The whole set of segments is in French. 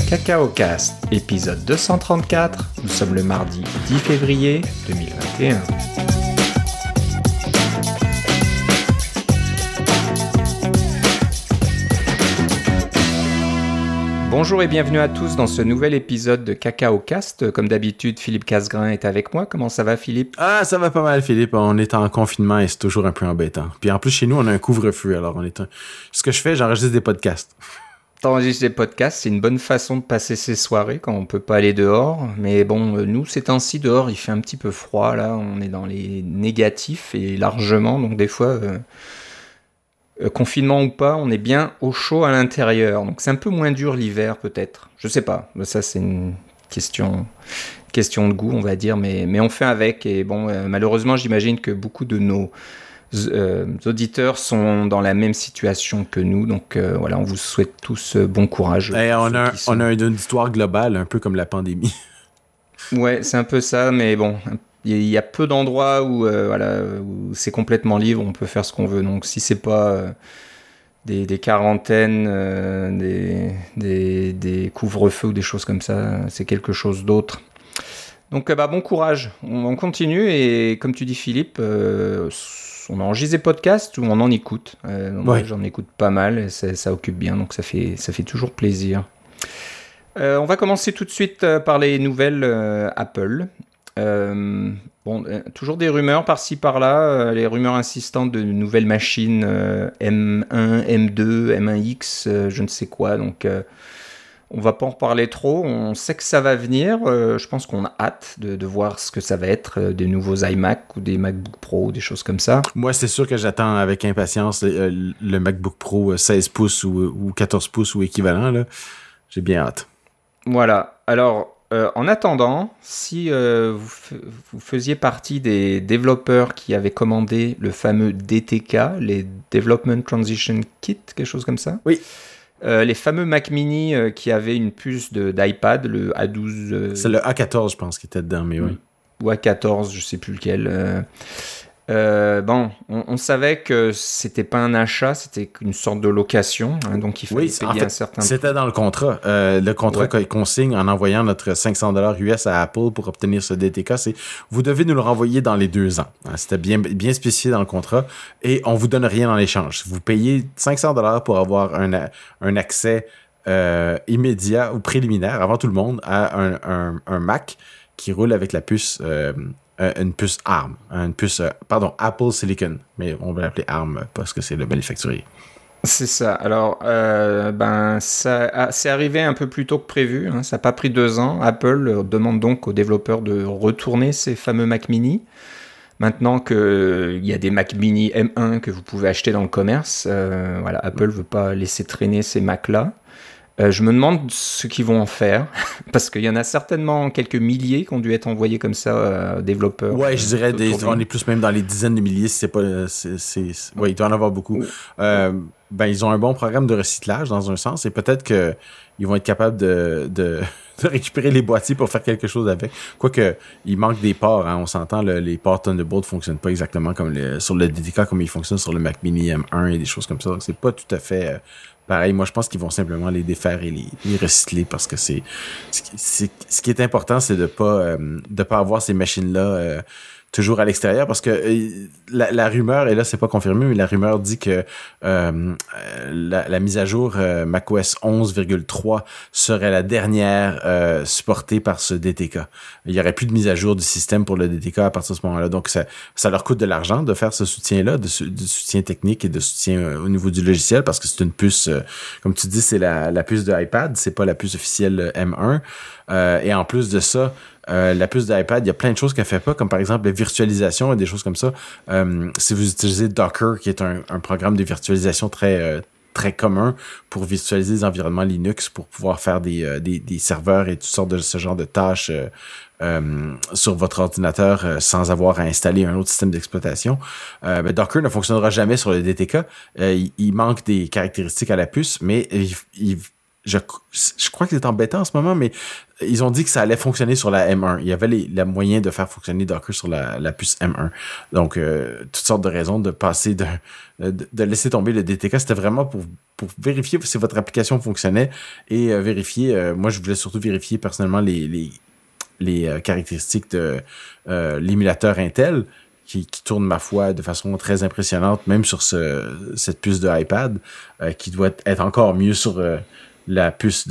CacaoCast, épisode 234. Nous sommes le mardi 10 février 2021. Bonjour et bienvenue à tous dans ce nouvel épisode de CacaoCast. Comme d'habitude, Philippe Casgrain est avec moi. Comment ça va, Philippe? Ah, ça va pas mal, Philippe. On est en confinement et c'est toujours un peu embêtant. Puis en plus, chez nous, on a un couvre-feu. Alors, ce que je fais, j'enregistre des podcasts. T'enregistres des podcasts, c'est une bonne façon de passer ses soirées quand on peut pas aller dehors. Mais bon, nous, ces temps-ci, dehors, il fait un petit peu froid. Là, on est dans les négatifs et largement. Donc des fois, confinement ou pas, on est bien au chaud à l'intérieur. Donc c'est un peu moins dur l'hiver, peut-être. Je sais pas. Ça, c'est une question de goût, on va dire. Mais on fait avec. Et bon, malheureusement, j'imagine que beaucoup de nos auditeurs sont dans la même situation que nous, donc voilà, on vous souhaite tous bon courage. Et on a une histoire globale, un peu comme la pandémie. Ouais, c'est un peu ça, mais bon, il y a peu d'endroits où c'est complètement libre, on peut faire ce qu'on veut. Donc si c'est pas des quarantaines, des couvre-feux ou des choses comme ça, c'est quelque chose d'autre. Donc bon courage, on continue et comme tu dis Philippe, on enregistre des podcasts ou on en écoute. Ouais. J'en écoute pas mal et ça occupe bien, donc ça fait toujours plaisir. On va commencer tout de suite par les nouvelles Apple. Toujours des rumeurs par-ci par-là, les rumeurs insistantes de nouvelles machines M1, M2, M1X, je ne sais quoi, donc on va pas en reparler trop, on sait que ça va venir, je pense qu'on a hâte de voir ce que ça va être, des nouveaux iMac ou des MacBook Pro ou des choses comme ça. Moi, c'est sûr que j'attends avec impatience le MacBook Pro 16 pouces ou 14 pouces ou équivalent, là. J'ai bien hâte. Voilà, alors en attendant, si vous faisiez partie des développeurs qui avaient commandé le fameux DTK, les Development Transition Kit, quelque chose comme ça. Oui. Les fameux Mac Mini qui avaient une puce d'iPad, le A12... C'est le A14, je pense, qui était dedans, mais oui. Ou A14, je sais plus lequel. On savait que c'était pas un achat, c'était une sorte de location, hein, donc il fallait payer un certain... C'était dans le contrat. Le contrat qu'on signe en envoyant notre $500 US à Apple pour obtenir ce DTK, c'est vous devez nous le renvoyer dans les 2 ans. Hein, c'était bien spécifié dans le contrat et on vous donne rien en échange. Vous payez $500 pour avoir un accès immédiat ou préliminaire avant tout le monde à un Mac qui roule avec la puce... une puce ARM, Apple Silicon, mais on va l'appeler ARM parce que c'est le manufacturier. C'est ça. Alors, c'est arrivé un peu plus tôt que prévu. Hein. Ça n'a pas pris 2 ans. Apple demande donc aux développeurs de retourner ces fameux Mac Mini. Maintenant qu'il y a des Mac Mini M1 que vous pouvez acheter dans le commerce, Apple ne veut pas laisser traîner ces Macs-là. Je me demande ce qu'ils vont en faire, parce qu'il y en a certainement quelques milliers qui ont dû être envoyés comme ça aux développeurs. Ouais, je dirais, on est plus même dans les dizaines de milliers, si c'est pas... Ouais, il doit en avoir beaucoup. Ils ont un bon programme de recyclage, dans un sens, et peut-être qu'ils vont être capables de récupérer les boîtiers pour faire quelque chose avec. Quoique, il manque des ports, hein, on s'entend, les ports Thunderbolt ne fonctionnent pas exactement comme sur le DTK, comme ils fonctionnent sur le Mac Mini M1 et des choses comme ça, donc c'est pas tout à fait... pareil, moi je pense qu'ils vont simplement les défaire et les recycler parce que ce qui est important, c'est de pas avoir ces machines-là toujours à l'extérieur parce que la rumeur, et là c'est pas confirmé, mais la rumeur dit que la mise à jour macOS 11.3 serait la dernière supportée par ce DTK. Il y aurait plus de mise à jour du système pour le DTK à partir de ce moment-là. Donc ça leur coûte de l'argent de faire ce soutien-là, de soutien technique et de soutien au niveau du logiciel parce que c'est une puce, comme tu dis, c'est la puce de iPad, c'est pas la puce officielle M1. Et en plus de ça, la puce d'iPad, il y a plein de choses qu'elle fait pas, comme par exemple la virtualisation et des choses comme ça. Si vous utilisez Docker, qui est un programme de virtualisation très très commun pour virtualiser des environnements Linux, pour pouvoir faire des serveurs et toutes sortes de ce genre de tâches sur votre ordinateur sans avoir à installer un autre système d'exploitation. Docker ne fonctionnera jamais sur le DTK. Il manque des caractéristiques à la puce, mais je crois que c'est embêtant en ce moment, mais ils ont dit que ça allait fonctionner sur la M1. Il y avait les moyens de faire fonctionner Docker sur la puce M1. Donc, toutes sortes de raisons de passer de laisser tomber le DTK. C'était vraiment pour vérifier si votre application fonctionnait et vérifier. Moi, je voulais surtout vérifier personnellement les caractéristiques de l'émulateur Intel qui tourne, ma foi, de façon très impressionnante, même sur cette puce de iPad, qui doit être encore mieux sur la puce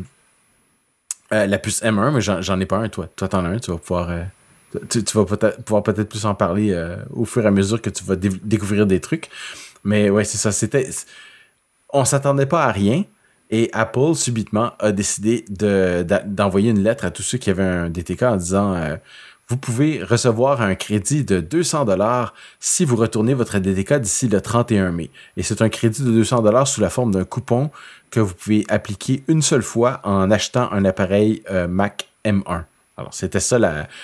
la puce M1, mais j'en ai pas un, toi. Toi, t'en as un, tu vas pouvoir tu vas pouvoir peut-être plus en parler au fur et à mesure que tu vas découvrir des trucs. Mais ouais, c'est ça. On s'attendait pas à rien. Et Apple, subitement, a décidé d'envoyer une lettre à tous ceux qui avaient un DTK en disant vous pouvez recevoir un crédit de 200$ si vous retournez votre DTK d'ici le 31 mai. Et c'est un crédit de 200$ sous la forme d'un coupon que vous pouvez appliquer une seule fois en achetant un appareil Mac M1. Alors, c'était ça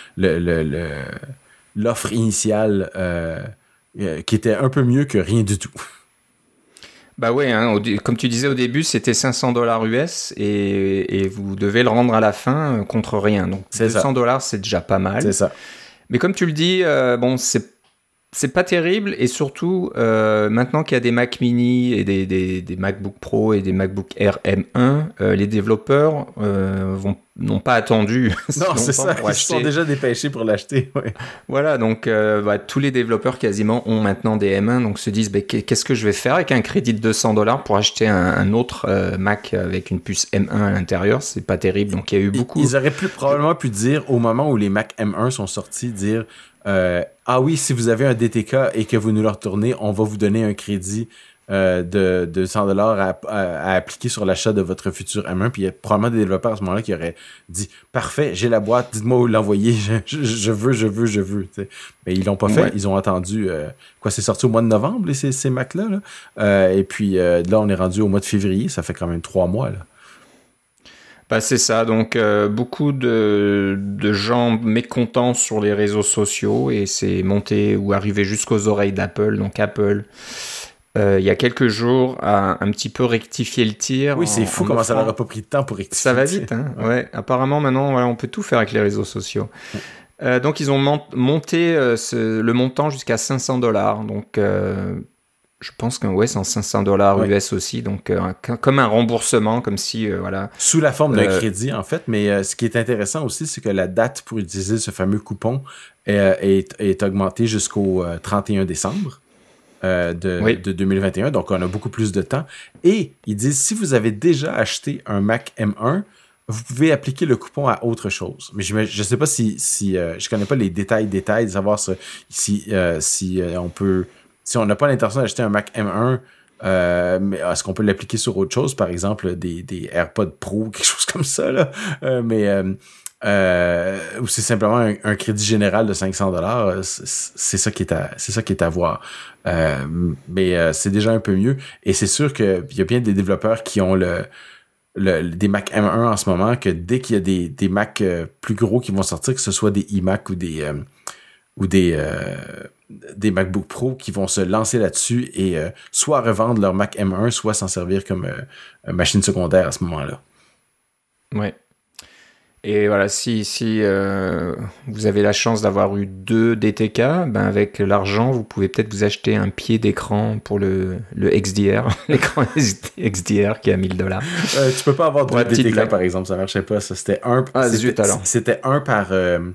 l'offre initiale qui était un peu mieux que rien du tout. Bah ouais, hein, comme tu disais au début, c'était $500 US et vous devez le rendre à la fin contre rien. Donc $200, c'est déjà pas mal. C'est ça. Mais comme tu le dis, bon, c'est pas terrible et surtout maintenant qu'il y a des Mac Mini et des MacBook Pro et des MacBook Air M1, les développeurs n'ont pas attendu. Non, c'est ça. Ils se sont déjà dépêchés pour l'acheter. Ouais. Voilà, donc tous les développeurs quasiment ont maintenant des M1, donc se disent qu'est-ce que je vais faire avec un crédit de $200 pour acheter un autre Mac avec une puce M1 à l'intérieur. C'est pas terrible. Donc il y a eu beaucoup. Ils auraient probablement pu dire au moment où les Mac M1 sont sortis, dire ah oui, si vous avez un DTK et que vous nous le retournez, on va vous donner un crédit de $100 à appliquer sur l'achat de votre futur M1. Puis il y a probablement des développeurs à ce moment-là qui auraient dit parfait, j'ai la boîte, dites-moi où l'envoyer, je veux. T'sais. Mais ils l'ont pas fait, ouais. Ils ont attendu c'est sorti au mois de novembre ces Macs-là. Et puis là, on est rendu au mois de février, ça fait quand même 3 mois là. Bah c'est ça, donc beaucoup de gens mécontents sur les réseaux sociaux et c'est monté ou arrivé jusqu'aux oreilles d'Apple. Donc Apple, il y a quelques jours, a un petit peu rectifié le tir. Oui, c'est fou comment ça leur a pas pris de temps pour rectifier. Ça va vite, hein. Ouais. Apparemment maintenant, voilà, on peut tout faire avec les réseaux sociaux. Donc ils ont monté le montant jusqu'à $500. Donc je pense que c'est en $500 US aussi, donc comme un remboursement, comme si voilà. Sous la forme d'un crédit en fait, mais ce qui est intéressant aussi, c'est que la date pour utiliser ce fameux coupon est augmentée jusqu'au 31 décembre de 2021, donc on a beaucoup plus de temps. Et ils disent si vous avez déjà acheté un Mac M1, vous pouvez appliquer le coupon à autre chose. Mais je sais pas si je connais pas les détails de savoir si on peut. Si on n'a pas l'intention d'acheter un Mac M1, mais est-ce qu'on peut l'appliquer sur autre chose, par exemple des AirPods Pro, quelque chose comme ça, là, ou c'est simplement un crédit général de $500, c'est ça qui est à voir. Mais c'est déjà un peu mieux, et c'est sûr qu'il y a bien des développeurs qui ont des Mac M1 en ce moment, que dès qu'il y a des Mac plus gros qui vont sortir, que ce soit des iMac ou des MacBook Pro qui vont se lancer là-dessus et soit revendre leur Mac M1, soit s'en servir comme machine secondaire à ce moment-là. Ouais. Et voilà, si vous avez la chance d'avoir eu 2 DTK, avec l'argent, vous pouvez peut-être vous acheter un pied d'écran pour le XDR, l'écran XDR qui est à $1000. Tu peux pas avoir 2 DTK par exemple, ça marchait pas. Ça, c'était un. C'était un par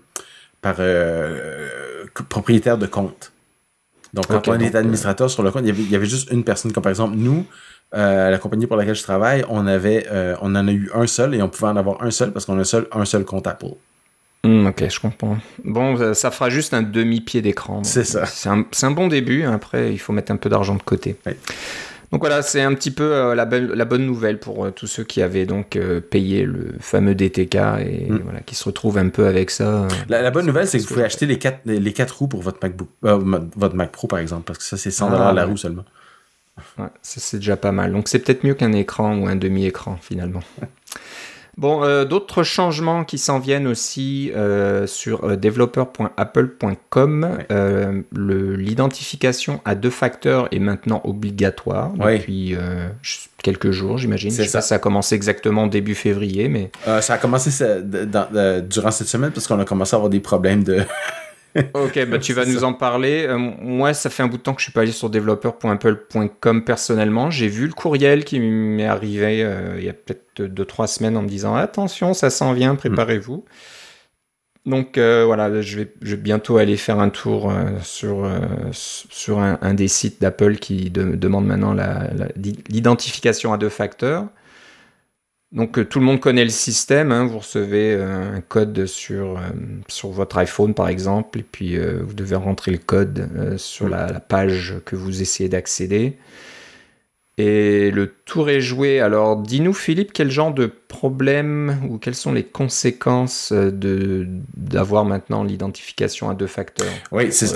propriétaire de compte. Donc, quand on est administrateur sur le compte, il y avait juste une personne. Comme par exemple, nous, la compagnie pour laquelle je travaille, on en a eu un seul et on pouvait en avoir un seul parce qu'on a un seul compte Apple. Ok, je comprends. Bon, ça fera juste un demi-pied d'écran. C'est ça. C'est un bon début. Après, il faut mettre un peu d'argent de côté. Ouais. Donc voilà, c'est un petit peu la bonne nouvelle pour tous ceux qui avaient donc payé le fameux DTK et voilà, qui se retrouvent un peu avec ça. La bonne nouvelle, c'est que vous pouvez acheter les 4 roues pour votre MacBook, votre Mac Pro par exemple, parce que ça c'est $100 la roue seulement. Ouais, ça c'est déjà pas mal. Donc c'est peut-être mieux qu'un écran ou un demi-écran finalement. Bon, d'autres changements qui s'en viennent aussi sur developer.apple.com. Ouais. L'identification à 2 facteurs est maintenant obligatoire depuis quelques jours, j'imagine. Je sais pas si ça a commencé exactement début février, mais... ça a commencé durant cette semaine parce qu'on a commencé à avoir des problèmes de... Ok, bah tu vas nous en parler. Moi, ça fait un bout de temps que je suis pas allé sur developer.apple.com personnellement. J'ai vu le courriel qui m'est arrivé il y a peut-être 2-3 semaines en me disant attention, ça s'en vient, préparez-vous. Donc voilà, je vais bientôt aller faire un tour sur un des sites d'Apple qui demande maintenant l'identification à 2 facteurs. Donc tout le monde connaît le système, hein. Vous recevez un code sur votre iPhone par exemple, et puis vous devez rentrer le code sur la page que vous essayez d'accéder. Et le tour est joué. Alors dis-nous Philippe, quel genre de problème ou quelles sont les conséquences d'avoir maintenant l'identification à 2 facteurs? Oui, c'est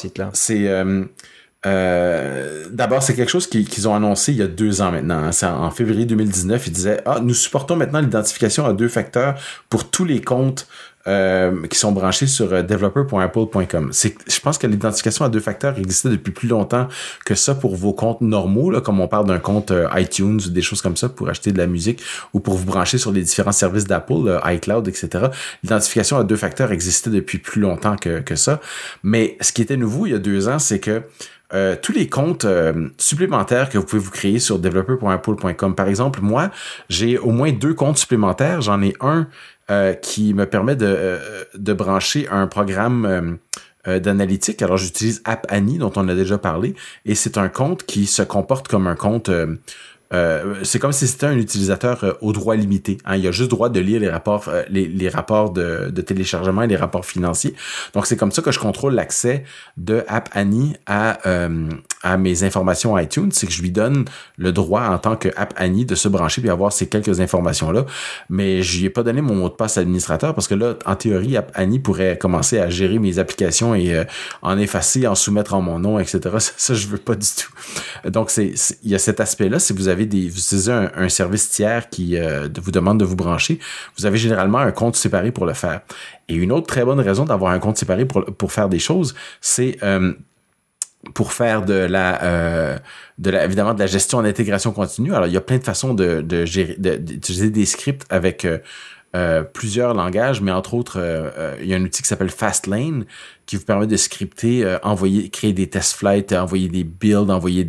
d'abord, c'est quelque chose qu'ils ont annoncé il y a 2 ans maintenant. Hein. C'est en février 2019, ils disaient nous supportons maintenant l'identification à 2 facteurs pour tous les comptes qui sont branchés sur developer.apple.com. Je pense que l'identification à 2 facteurs existait depuis plus longtemps que ça pour vos comptes normaux, là, comme on parle d'un compte iTunes ou des choses comme ça pour acheter de la musique ou pour vous brancher sur les différents services d'Apple, iCloud, etc. L'identification à 2 facteurs existait depuis plus longtemps que ça. Mais ce qui était nouveau il y a 2 ans, c'est que tous les comptes supplémentaires que vous pouvez vous créer sur developer.apple.com. Par exemple, moi, j'ai au moins 2 comptes supplémentaires. J'en ai un qui me permet de brancher un programme d'analytique. Alors, j'utilise App Annie, dont on a déjà parlé, et c'est un compte qui se comporte comme un compte... c'est comme si c'était un utilisateur au droit limité. Hein. Il a juste droit de lire les rapports, les rapports de téléchargement et les rapports financiers. Donc, c'est comme ça que je contrôle l'accès de App Annie à mes informations iTunes. C'est que je lui donne le droit en tant que App Annie de se brancher puis avoir ces quelques informations-là. Mais je lui ai pas donné mon mot de passe administrateur parce que là, en théorie, App Annie pourrait commencer à gérer mes applications et en effacer, en soumettre en mon nom, etc. Ça, je veux pas du tout. Donc, il y a cet aspect-là. Si vous utilisez un service tiers qui vous demande de vous brancher, vous avez généralement un compte séparé pour le faire. Et une autre très bonne raison d'avoir un compte séparé pour faire des choses, c'est pour faire évidemment de la gestion en intégration continue. Alors, il y a plein de façons d'utiliser des scripts avec plusieurs langages, mais entre autres, il y a un outil qui s'appelle Fastlane qui vous permet de scripter, créer des test flights, envoyer des builds, envoyer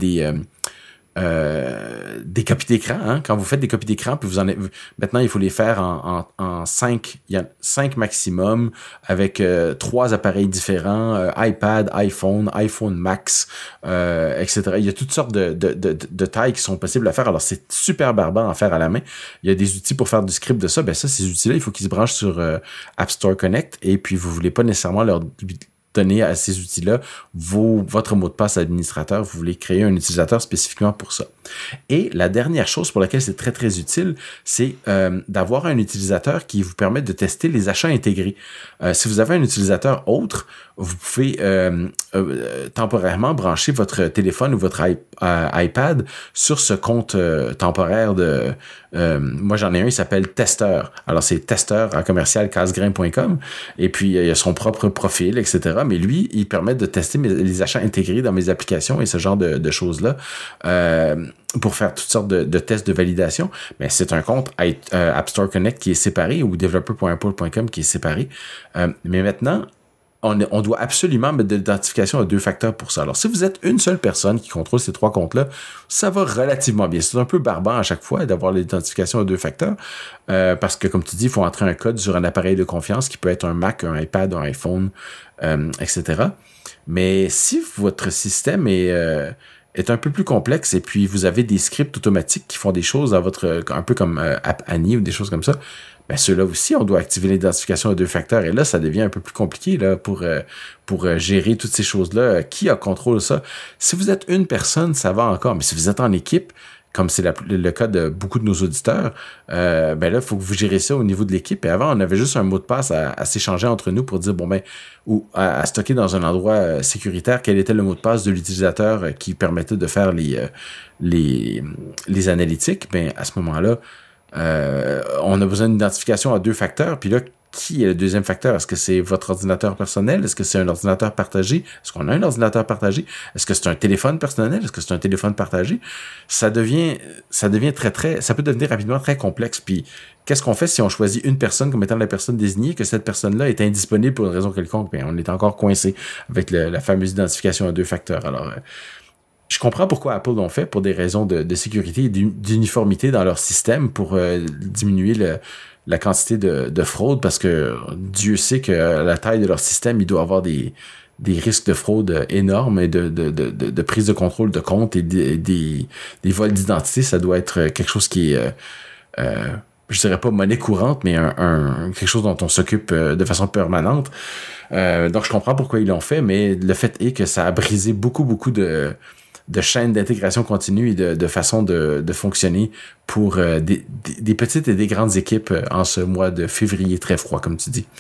des copies d'écran, hein. Quand vous faites des copies d'écran, puis maintenant il faut les faire en 5, il y a 5 maximum avec 3 appareils différents, iPad, iPhone Max, etc. Il y a toutes sortes de tailles qui sont possibles à faire. Alors c'est super barbare à en faire à la main. Il y a des outils pour faire du script de ça. Ben ça, ces outils-là, il faut qu'ils se branchent sur App Store Connect et puis vous voulez pas nécessairement leur donner à ces outils-là votre mot de passe administrateur. Vous voulez créer un utilisateur spécifiquement pour ça. Et la dernière chose pour laquelle c'est très, très utile, c'est d'avoir un utilisateur qui vous permet de tester les achats intégrés. Si vous avez un utilisateur autre, vous pouvez temporairement brancher votre téléphone ou votre iPad sur ce compte temporaire moi j'en ai un, il s'appelle Testeur. Alors c'est testeur@casgrain.com et puis il a son propre profil, etc. Mais lui, il permet de tester les achats intégrés dans mes applications et ce genre de choses-là pour faire toutes sortes de tests de validation. Mais c'est un compte App Store Connect qui est séparé ou developer.apple.com qui est séparé. Mais maintenant, on doit absolument mettre de l'identification à 2 facteurs pour ça. Alors, si vous êtes une seule personne qui contrôle ces 3 comptes-là, ça va relativement bien. C'est un peu barbant à chaque fois d'avoir l'identification à 2 facteurs parce que, comme tu dis, il faut entrer un code sur un appareil de confiance qui peut être un Mac, un iPad, un iPhone, etc. Mais si votre système est un peu plus complexe et puis vous avez des scripts automatiques qui font des choses un peu comme App Annie ou des choses comme ça, ben ceux-là aussi, on doit activer l'identification à 2 facteurs. Et là, ça devient un peu plus compliqué là pour gérer toutes ces choses-là. Qui a contrôle de ça? Si vous êtes une personne, ça va encore. Mais si vous êtes en équipe, comme c'est le cas de beaucoup de nos auditeurs, ben là, il faut que vous gérez ça au niveau de l'équipe. Et avant, on avait juste un mot de passe à s'échanger entre nous pour dire, ou à stocker dans un endroit sécuritaire quel était le mot de passe de l'utilisateur qui permettait de faire les analytiques. Ben à ce moment-là, on a besoin d'identification à 2 facteurs, puis là, qui est le deuxième facteur? Est-ce que c'est votre ordinateur personnel? Est-ce que c'est un ordinateur partagé? Est-ce qu'on a un ordinateur partagé? Est-ce que c'est un téléphone personnel? Est-ce que c'est un téléphone partagé? Ça devient ça peut devenir rapidement très complexe. Puis, qu'est-ce qu'on fait si on choisit une personne comme étant la personne désignée, que cette personne-là est indisponible pour une raison quelconque? Bien, on est encore coincé avec la fameuse identification à 2 facteurs. Alors, je comprends pourquoi Apple l'ont fait, pour des raisons de sécurité et d'uniformité dans leur système, pour diminuer la quantité de fraude, parce que Dieu sait que la taille de leur système, il doit avoir des risques de fraude énormes et de prise de contrôle de compte et des vols d'identité. Ça doit être quelque chose qui est, je dirais pas monnaie courante, mais quelque chose dont on s'occupe de façon permanente. Donc je comprends pourquoi ils l'ont fait, mais le fait est que ça a brisé beaucoup de chaînes d'intégration continue et de façon de fonctionner pour des petites et des grandes équipes en ce mois de février très froid, comme tu dis.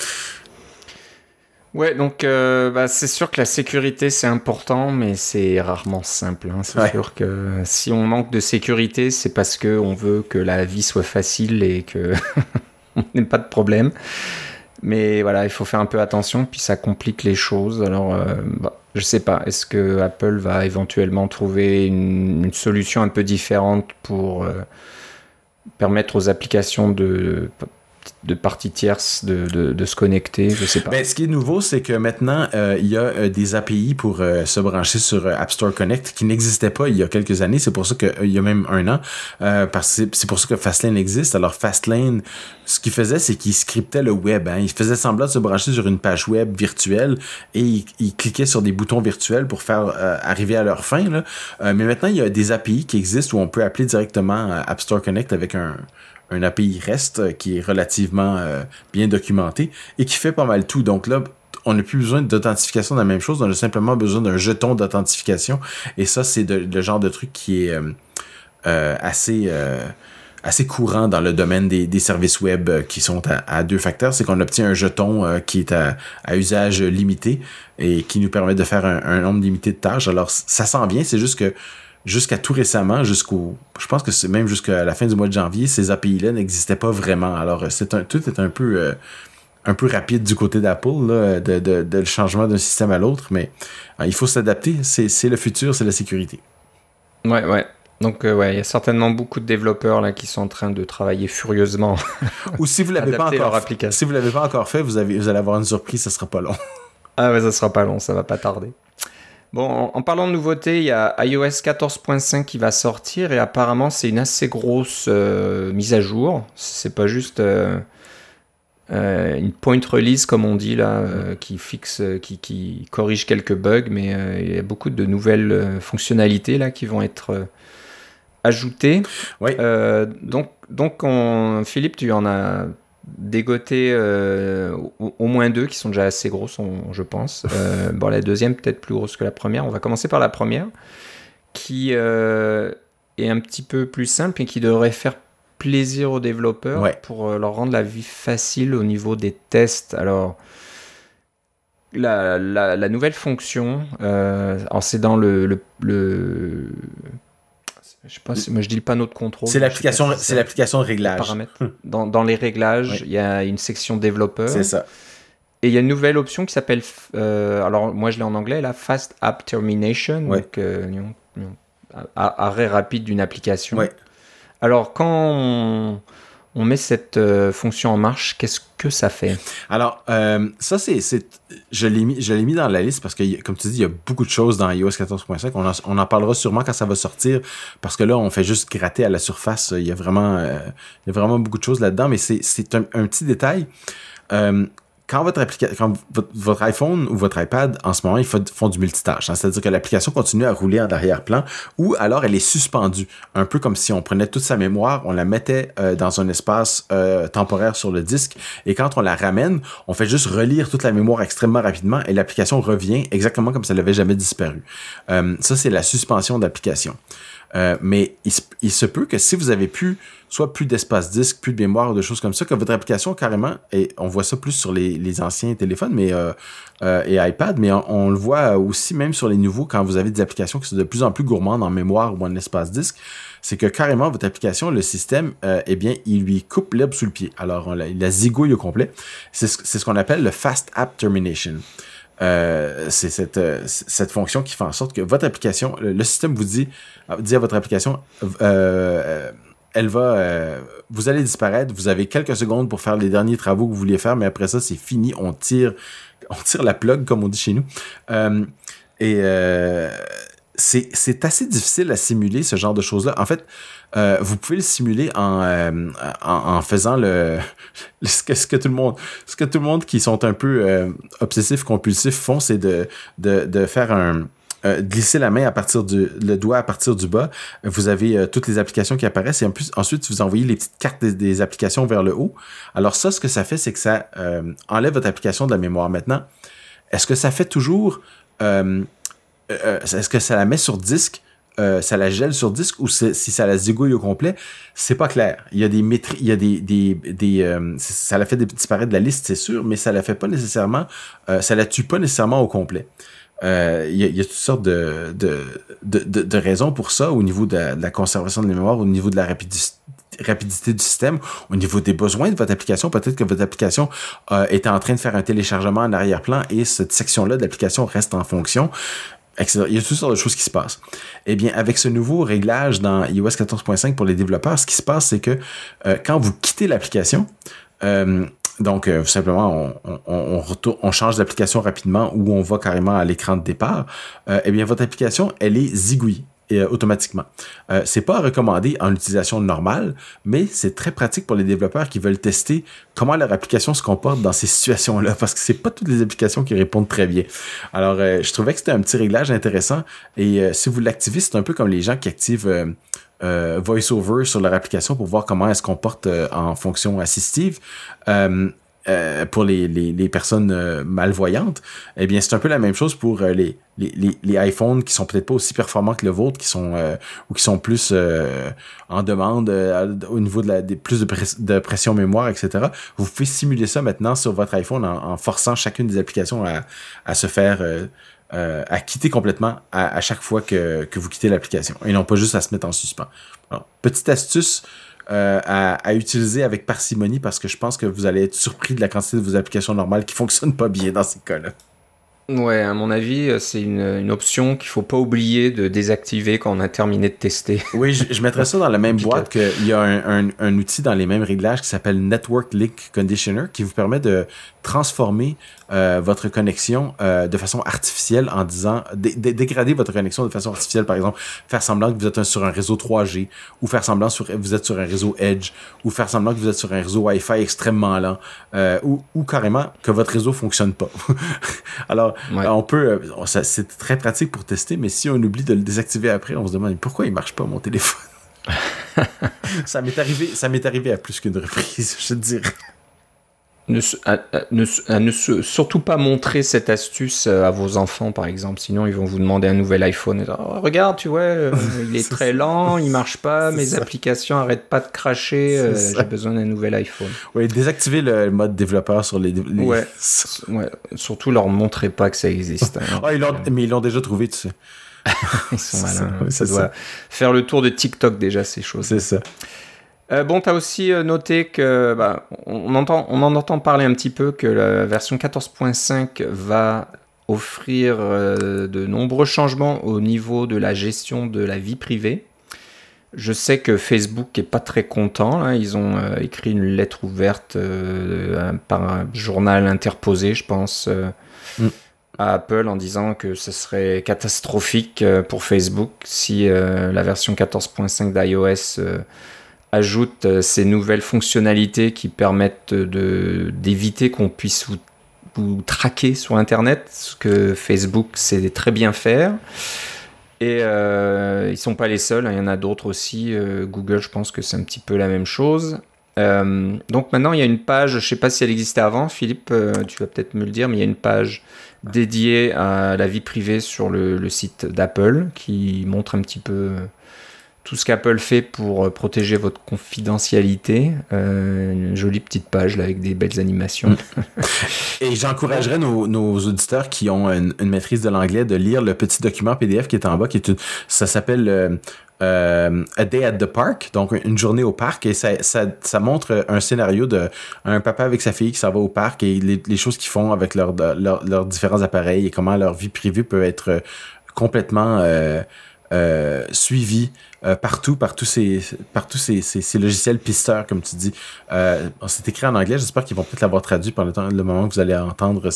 Ouais, donc c'est sûr que la sécurité c'est important, mais c'est rarement simple. Hein. C'est sûr que si on manque de sécurité, c'est parce que on veut que la vie soit facile et que on n'ait pas de problème. Mais voilà, il faut faire un peu attention, puis ça complique les choses. Alors, je sais pas, est-ce que Apple va éventuellement trouver une solution un peu différente pour permettre aux applications de parties tierces de se connecter, je sais pas. Ben, ce qui est nouveau, c'est que maintenant, il y a des API pour se brancher sur App Store Connect qui n'existaient pas il y a quelques années. C'est pour ça qu'il y a même 1 an. Parce que c'est pour ça que Fastlane existe. Alors, Fastlane, ce qu'il faisait, c'est qu'il scriptait le web. Hein. Il faisait semblant de se brancher sur une page web virtuelle et il cliquait sur des boutons virtuels pour faire arriver à leur fin. Là. Mais maintenant, il y a des API qui existent où on peut appeler directement App Store Connect avec un API REST qui est relativement bien documenté et qui fait pas mal tout. Donc là, on n'a plus besoin d'authentification de la même chose, on a simplement besoin d'un jeton d'authentification. Et ça, c'est le genre de truc qui est assez courant dans le domaine des services web qui sont à 2 facteurs. C'est qu'on obtient un jeton qui est à usage limité et qui nous permet de faire un nombre limité de tâches. Alors, ça s'en vient, c'est juste que jusqu'à tout récemment, je pense que c'est même jusqu'à la fin du mois de janvier, ces API-là n'existaient pas vraiment. Alors, tout est un peu rapide du côté d'Apple, là, de le changement d'un système à l'autre, mais il faut s'adapter. C'est le futur, c'est la sécurité. Ouais. Donc, il y a certainement beaucoup de développeurs là qui sont en train de travailler furieusement. Ou si vous l'avez pas encore fait, vous allez avoir une surprise, ça sera pas long. Ah ouais, ça sera pas long, ça va pas tarder. Bon, en parlant de nouveautés, il y a iOS 14.5 qui va sortir et apparemment c'est une assez grosse mise à jour. C'est pas juste une point release comme on dit là, qui corrige quelques bugs, mais il y a beaucoup de nouvelles fonctionnalités là qui vont être ajoutées. Oui. Donc Philippe, tu en as dégoté au moins 2 qui sont déjà assez grosses, je pense. La deuxième peut-être plus grosse que la première. On va commencer par la première qui est un petit peu plus simple et qui devrait faire plaisir aux développeurs pour leur rendre la vie facile au niveau des tests. Alors la nouvelle fonction, c'est dans le je sais pas, moi je dis le panneau de contrôle. C'est l'application de réglage. Paramètres. Dans les réglages, il y a une section développeur. C'est ça. Et il y a une nouvelle option qui s'appelle, alors moi je l'ai en anglais, là, Fast App Termination, donc arrêt rapide d'une application. Ouais. Alors quand on met cette fonction en marche, qu'est-ce que ça fait? Alors, ça, je l'ai mis dans la liste parce que, comme tu dis, il y a beaucoup de choses dans iOS 14.5. On en parlera sûrement quand ça va sortir parce que là, on fait juste gratter à la surface. Il y a vraiment beaucoup de choses là-dedans, mais c'est un petit détail. Quand votre iPhone ou votre iPad, en ce moment, ils font du multitâche. Hein, c'est-à-dire que l'application continue à rouler en arrière-plan ou alors elle est suspendue. Un peu comme si on prenait toute sa mémoire, on la mettait dans un espace temporaire sur le disque et quand on la ramène, on fait juste relire toute la mémoire extrêmement rapidement et l'application revient exactement comme si elle n'avait jamais disparu. Ça, c'est la suspension d'application. Mais il se peut que si vous avez soit plus d'espace disque, plus de mémoire ou de choses comme ça, que votre application carrément, et on voit ça plus sur les anciens téléphones et iPad, mais on le voit aussi même sur les nouveaux quand vous avez des applications qui sont de plus en plus gourmandes en mémoire ou en espace disque, c'est que carrément votre application, le système, eh bien, il lui coupe l'herbe sous le pied. Alors, il la zigouille au complet. C'est ce qu'on appelle le Fast App Termination. C'est cette fonction qui fait en sorte que votre application, le système vous dit à votre application, elle va, vous allez disparaître, vous avez quelques secondes pour faire les derniers travaux que vous vouliez faire, mais après ça, c'est fini, on tire la plug, comme on dit chez nous. C'est assez difficile à simuler ce genre de choses-là. En fait, vous pouvez le simuler en faisant ce que tout le monde qui sont un peu obsessifs compulsifs font, c'est de faire glisser la main le doigt à partir du bas. Vous avez toutes les applications qui apparaissent et ensuite vous envoyez les petites cartes des applications vers le haut. Alors ça, ce que ça fait, c'est que ça enlève votre application de la mémoire. Maintenant, est-ce que ça fait toujours est-ce que ça la met sur disque, ça la gèle sur disque, ou si ça la zigouille au complet? C'est pas clair. Il y a ça la fait disparaître de la liste, c'est sûr, mais ça la fait pas nécessairement, ça la tue pas nécessairement au complet. Il y a toutes sortes de raisons pour ça au niveau de la conservation de la mémoire, au niveau de la rapidité du système, au niveau des besoins de votre application. Peut-être que votre application est en train de faire un téléchargement en arrière-plan et cette section-là de l'application reste en fonction. Etc. Il y a toutes sortes de choses qui se passent. Eh bien, avec ce nouveau réglage dans iOS 14.5 pour les développeurs, ce qui se passe, c'est que quand vous quittez l'application, donc simplement on change d'application rapidement ou on va carrément à l'écran de départ, eh bien, votre application, elle est zigouillée. Automatiquement. C'est pas recommandé en utilisation normale, mais c'est très pratique pour les développeurs qui veulent tester comment leur application se comporte dans ces situations-là, parce que c'est pas toutes les applications qui répondent très bien. Alors, je trouvais que c'était un petit réglage intéressant, et si vous l'activez, c'est un peu comme les gens qui activent VoiceOver sur leur application pour voir comment elle se comporte en fonction assistive. Pour les personnes malvoyantes, eh bien, c'est un peu la même chose pour les iPhones qui sont peut-être pas aussi performants que le vôtre, qui sont ou qui sont plus en demande au niveau plus de pression mémoire, etc. Vous pouvez simuler ça maintenant sur votre iPhone en forçant chacune des applications à se faire à quitter complètement à chaque fois que vous quittez l'application, et non pas juste à se mettre en suspens. Alors, petite astuce à utiliser avec parcimonie, parce que je pense que vous allez être surpris de la quantité de vos applications normales qui fonctionnent pas bien dans ces cas-là. Ouais, à mon avis, c'est une option qu'il faut pas oublier de désactiver quand on a terminé de tester. Oui, je mettrais ça dans la même boîte qu'il y a un outil dans les mêmes réglages qui s'appelle Network Link Conditioner, qui vous permet de transformer votre connexion de façon artificielle en disant dégrader votre connexion de façon artificielle, par exemple faire semblant que vous êtes sur un réseau 3G, ou faire semblant que vous êtes sur un réseau Edge, ou faire semblant que vous êtes sur un réseau Wi-Fi extrêmement lent, ou carrément que votre réseau fonctionne pas. Alors, ouais. C'est très pratique pour tester, mais si on oublie de le désactiver après, on se demande pourquoi il marche pas mon téléphone. Ça m'est arrivé à plus qu'une reprise, je te dirais. Surtout pas montrer cette astuce à vos enfants, par exemple, sinon ils vont vous demander un nouvel iPhone. Et, regarde, tu vois, il est très lent, il marche pas, mes applications arrêtent pas de cracher, j'ai besoin d'un nouvel iPhone. Oui, désactiver le mode développeur sur les... Ouais, surtout leur montrer pas que ça existe. Hein. Mais ils l'ont déjà trouvé, tu sais. Ils sont malins. Ça doit faire le tour de TikTok déjà, ces choses. C'est ça. Bon, tu as aussi noté que on en entend parler un petit peu, que la version 14.5 va offrir de nombreux changements au niveau de la gestion de la vie privée. Je sais que Facebook est pas très content. Là. Ils ont écrit une lettre ouverte par un journal interposé, je pense, à Apple, en disant que ce serait catastrophique pour Facebook si la version 14.5 d'iOS ajoute ces nouvelles fonctionnalités qui permettent d'éviter qu'on puisse vous traquer sur Internet, ce que Facebook sait très bien faire. Et ils sont pas les seuls, hein, il y en a d'autres aussi. Google, je pense que c'est un petit peu la même chose. Donc maintenant, il y a une page, je sais pas si elle existait avant, Philippe, tu vas peut-être me le dire, mais il y a une page dédiée à la vie privée sur le site d'Apple qui montre un petit peu tout ce qu'Apple fait pour protéger votre confidentialité. Une jolie petite page là, avec des belles animations. Et j'encouragerais nos auditeurs qui ont une maîtrise de l'anglais de lire le petit document PDF qui est en bas, ça s'appelle A Day at the Park, donc une journée au parc, et ça montre un scénario de un papa avec sa fille qui s'en va au parc et les choses qu'ils font avec leurs différents appareils et comment leur vie privée peut être complètement suivie par tous ces logiciels pisteurs, comme tu dis. C'est écrit en anglais, j'espère qu'ils vont peut-être l'avoir traduit par le moment que vous allez entendre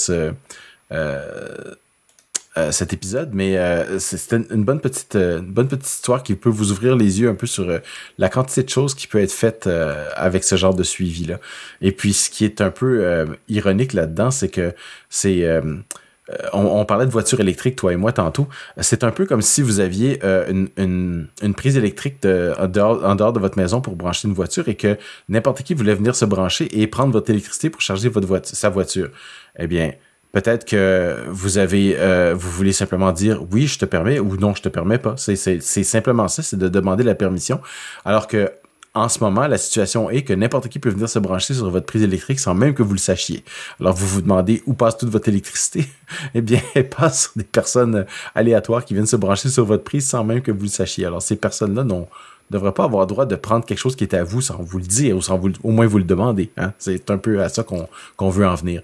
cet épisode, mais c'est une bonne petite histoire qui peut vous ouvrir les yeux un peu sur la quantité de choses qui peut être faites avec ce genre de suivi-là. Et puis, ce qui est un peu ironique là-dedans, c'est que on parlait de voiture électrique, toi et moi, tantôt. C'est un peu comme si vous aviez une prise électrique en dehors de votre maison pour brancher une voiture et que n'importe qui voulait venir se brancher et prendre votre électricité pour charger sa voiture. Eh bien, peut-être que vous voulez simplement dire oui, je te permets ou non, je te permets pas. C'est simplement ça, c'est de demander la permission. Alors que en ce moment, la situation est que n'importe qui peut venir se brancher sur votre prise électrique sans même que vous le sachiez. Alors, vous vous demandez où passe toute votre électricité. Eh bien, elle passe sur des personnes aléatoires qui viennent se brancher sur votre prise sans même que vous le sachiez. Alors, ces personnes-là ne devraient pas avoir le droit de prendre quelque chose qui est à vous sans vous le dire ou sans au moins vous le demander. Hein? C'est un peu à ça qu'on veut en venir.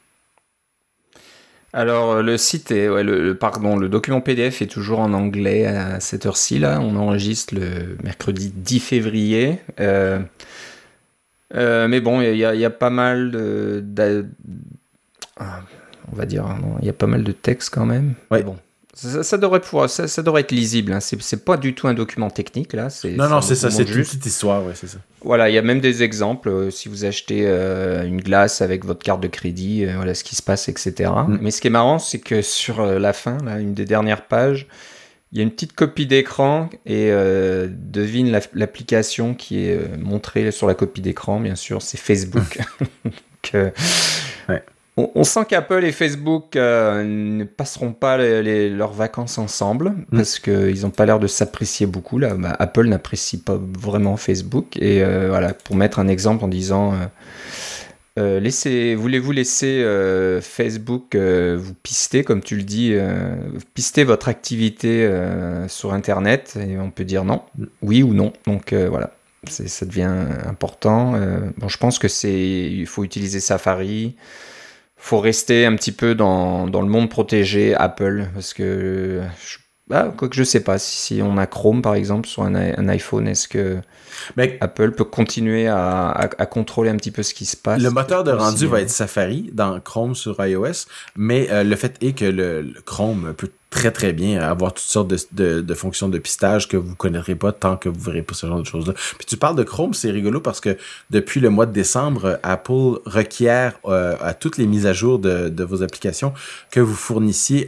Alors, le site est, le document PDF est toujours en anglais à cette heure-ci, là. On enregistre le mercredi 10 février. Mais bon, il y a pas mal on va dire, il y a pas mal de textes quand même. Ouais. Mais bon, ça devrait être lisible. Hein. C'est pas du tout un document technique, là. Non, c'est ça, c'est une petite histoire, ouais, c'est ça. Voilà, il y a même des exemples. Si vous achetez une glace avec votre carte de crédit, voilà ce qui se passe, etc. Mais ce qui est marrant, c'est que sur la fin, là, une des dernières pages, il y a une petite copie d'écran et devine l'application qui est montrée sur la copie d'écran, bien sûr, c'est Facebook. Donc, ouais. On sent qu'Apple et Facebook ne passeront pas leurs vacances ensemble parce qu'ils n'ont pas l'air de s'apprécier beaucoup. Là. Apple n'apprécie pas vraiment Facebook. Et voilà, pour mettre un exemple en disant voulez-vous laisser Facebook vous pister, comme tu le dis, pister votre activité sur Internet? Et on peut dire non, oui ou non. Donc voilà. Ça devient important. Je pense que il faut utiliser Safari. Faut rester un petit peu dans le monde protégé Apple, parce que quoique je sais pas si on a Chrome par exemple sur un iPhone, est-ce que Apple peut continuer à contrôler un petit peu ce qui se passe? Le moteur de rendu va être Safari dans Chrome sur iOS, mais le fait est que le Chrome peut très très bien avoir toutes sortes de fonctions de pistage que vous connaîtrez pas tant que vous verrez pas ce genre de choses-là. Puis tu parles de Chrome, c'est rigolo parce que depuis le mois de décembre, Apple requiert à toutes les mises à jour de vos applications que vous fournissiez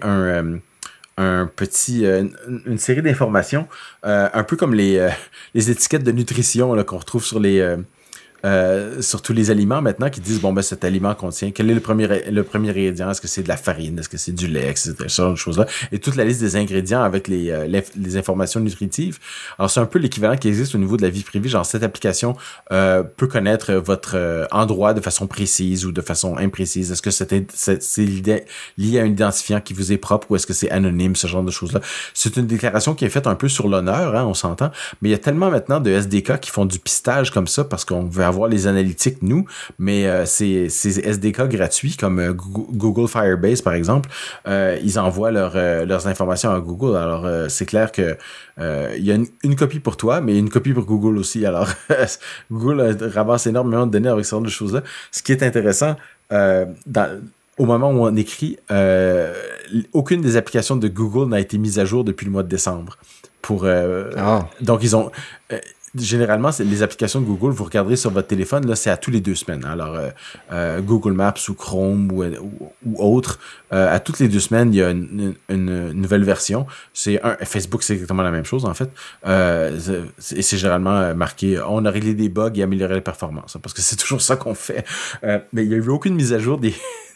une série d'informations, un peu comme les étiquettes de nutrition là, qu'on retrouve sur sur tous les aliments maintenant, qui disent cet aliment contient quel est le premier ingrédient, est-ce que c'est de la farine, est-ce que c'est du lait, etc., ce genre de choses-là, et toute la liste des ingrédients avec les informations nutritives. Alors c'est un peu l'équivalent qui existe au niveau de la vie privée, genre cette application peut connaître votre endroit de façon précise ou de façon imprécise, est-ce que c'est lié à un identifiant qui vous est propre ou est-ce que c'est anonyme, ce genre de choses-là. C'est une déclaration qui est faite un peu sur l'honneur, hein, on s'entend, mais il y a tellement maintenant de SDK qui font du pistage comme ça parce qu'on veut avoir les analytiques, nous, mais ces SDK gratuits comme Google Firebase, par exemple, ils envoient leurs informations à Google. Alors, c'est clair que il y a une copie pour toi, mais une copie pour Google aussi. Alors, Google ramasse énormément de données avec ce genre de choses-là. Ce qui est intéressant, au moment où on écrit, aucune des applications de Google n'a été mise à jour depuis le mois de décembre. Donc, ils ont... généralement, les applications de Google, vous regarderez sur votre téléphone, là, c'est à tous les 2 semaines. Alors, Google Maps ou Chrome ou autre, à toutes les 2 semaines, il y a une nouvelle version. Facebook, c'est exactement la même chose, en fait. Et c'est généralement marqué « On a réglé des bugs et amélioré la performance », parce que c'est toujours ça qu'on fait. Mais il n'y a eu aucune mise à jour des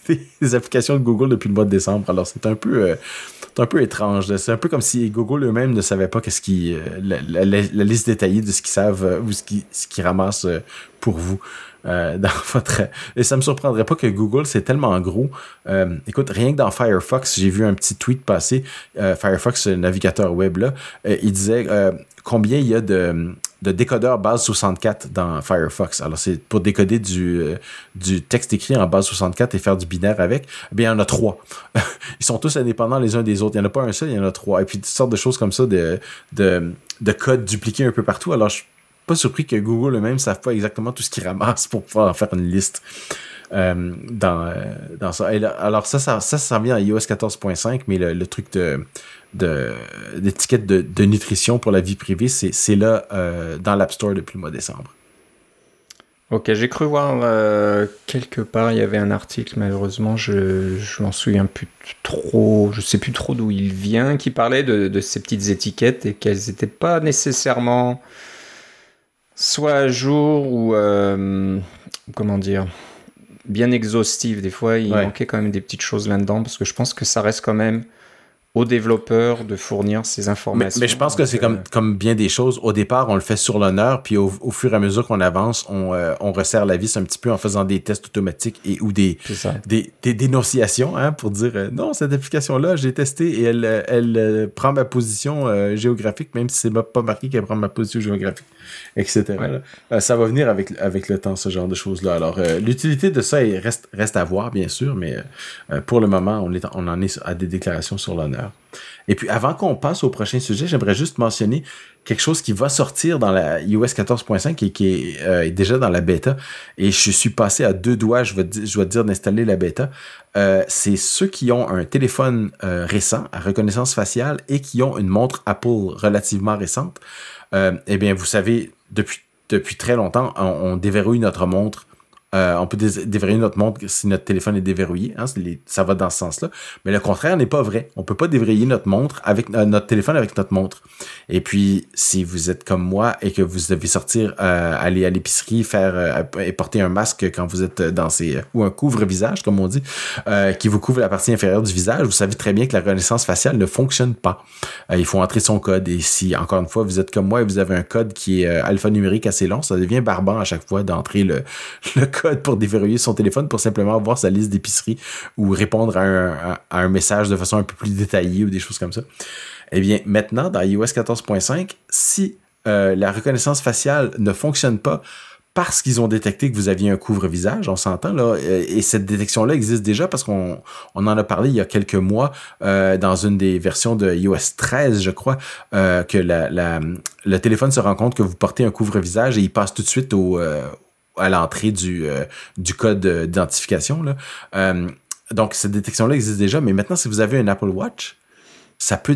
des applications de Google depuis le mois de décembre. Alors, c'est un peu étrange. C'est un peu comme si Google eux-mêmes ne savaient pas qu'est-ce qui, la liste détaillée de ce qu'ils savent ou ce qu'ils ramassent pour vous. Dans votre... Et ça me surprendrait pas que Google, c'est tellement gros. Écoute, rien que dans Firefox, j'ai vu un petit tweet passer. Firefox, le navigateur web, là, il disait combien il y a de décodeurs base 64 dans Firefox. Alors, c'est pour décoder du texte écrit en base 64 et faire du binaire avec. Eh bien, il y en a 3. Ils sont tous indépendants les uns des autres. Il n'y en a pas un seul, il y en a 3. Et puis, toutes sortes de choses comme ça, de code dupliqué un peu partout. Alors, je suis pas surpris que Google eux-mêmes ne savent pas exactement tout ce qu'ils ramassent pour pouvoir en faire une liste dans ça. Et là, alors, ça vient à iOS 14.5, mais le truc d'étiquette de nutrition pour la vie privée, c'est là dans l'App Store depuis le mois de décembre. Ok, j'ai cru voir quelque part, il y avait un article, malheureusement, je m'en souviens plus trop, je sais plus trop d'où il vient, qui parlait de ces petites étiquettes et qu'elles n'étaient pas nécessairement soit à jour ou, comment dire, bien exhaustives. Des fois, il manquait quand même des petites choses là-dedans, parce que je pense que ça reste quand même aux développeurs de fournir ces informations. Mais je pense que c'est comme bien des choses. Au départ, on le fait sur l'honneur, puis au fur et à mesure qu'on avance, on resserre la vis un petit peu en faisant des tests automatiques ou des dénonciations, hein, pour dire non, cette application-là, j'ai testé et elle prend ma position géographique, même si c'est pas marqué qu'elle prend ma position géographique, etc. Ouais. Ça va venir avec le temps, ce genre de choses-là. Alors, l'utilité de ça reste à voir, bien sûr, mais pour le moment, on en est à des déclarations sur l'honneur. Et puis, avant qu'on passe au prochain sujet, j'aimerais juste mentionner quelque chose qui va sortir dans la iOS 14.5 et qui est déjà dans la bêta. Et je suis passé à 2 doigts, je dois dire, d'installer la bêta. C'est ceux qui ont un téléphone récent à reconnaissance faciale et qui ont une montre Apple relativement récente. Eh bien, vous savez, depuis très longtemps, on déverrouille notre montre. On peut déverrouiller notre montre si notre téléphone est déverrouillé, hein, ça va dans ce sens-là. Mais le contraire n'est pas vrai. On peut pas déverrouiller notre montre avec notre téléphone avec notre montre. Et puis, si vous êtes comme moi et que vous devez sortir, aller à l'épicerie, et porter un masque quand vous êtes ou un couvre-visage, comme on dit, qui vous couvre la partie inférieure du visage, vous savez très bien que la reconnaissance faciale ne fonctionne pas. Il faut entrer son code. Et si, encore une fois, vous êtes comme moi et vous avez un code qui est alphanumérique assez long, ça devient barbant à chaque fois d'entrer le code pour déverrouiller son téléphone pour simplement voir sa liste d'épicerie ou répondre à un message de façon un peu plus détaillée ou des choses comme ça. Eh bien, maintenant, dans iOS 14.5, si la reconnaissance faciale ne fonctionne pas parce qu'ils ont détecté que vous aviez un couvre-visage, on s'entend, là, et cette détection-là existe déjà parce qu'on en a parlé il y a quelques mois dans une des versions de iOS 13, je crois, que le téléphone se rend compte que vous portez un couvre-visage et il passe tout de suite à l'entrée du code d'identification. Là. Donc, cette détection-là existe déjà, mais maintenant, si vous avez un Apple Watch, ça peut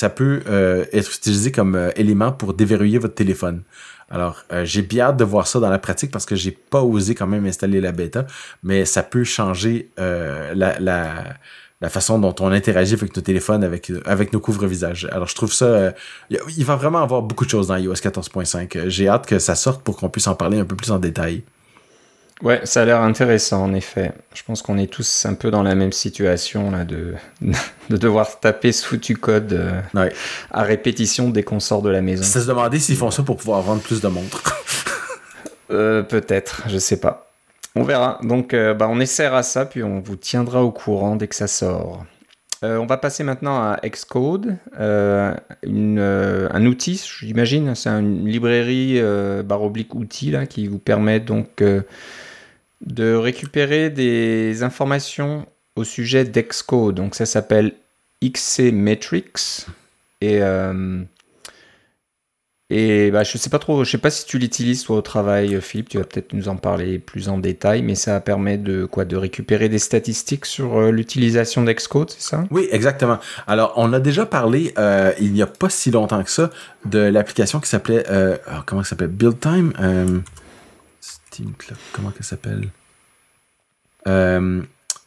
être utilisé comme élément pour déverrouiller votre téléphone. Alors, j'ai bien hâte de voir ça dans la pratique parce que j'ai pas osé quand même installer la bêta, mais ça peut changer la façon dont on interagit avec nos téléphones, avec nos couvre-visages. Alors, je trouve ça... il va vraiment avoir beaucoup de choses dans iOS 14.5. J'ai hâte que ça sorte pour qu'on puisse en parler un peu plus en détail. Ouais, ça a l'air intéressant, en effet. Je pense qu'on est tous un peu dans la même situation, là, de devoir taper ce foutu code à répétition dès qu'on sort de la maison. C'est se demander s'ils font ça pour pouvoir vendre plus de montres. Peut-être, je sais pas. On verra. Donc, on essaiera ça, puis on vous tiendra au courant dès que ça sort. On va passer maintenant à Xcode, un outil, j'imagine. C'est une librairie /outils là, qui vous permet donc de récupérer des informations au sujet d'Xcode. Donc, ça s'appelle XCmetrics. Et je sais pas trop, je sais pas si tu l'utilises toi au travail, Philippe, tu vas peut-être nous en parler plus en détail, mais ça permet de récupérer des statistiques sur l'utilisation d'Xcode, c'est ça? Oui, exactement. Alors, on a déjà parlé il n'y a pas si longtemps que ça de l'application qui s'appelait comment ça s'appelle? BuildTime? Steam Clock, comment ça s'appelle? Je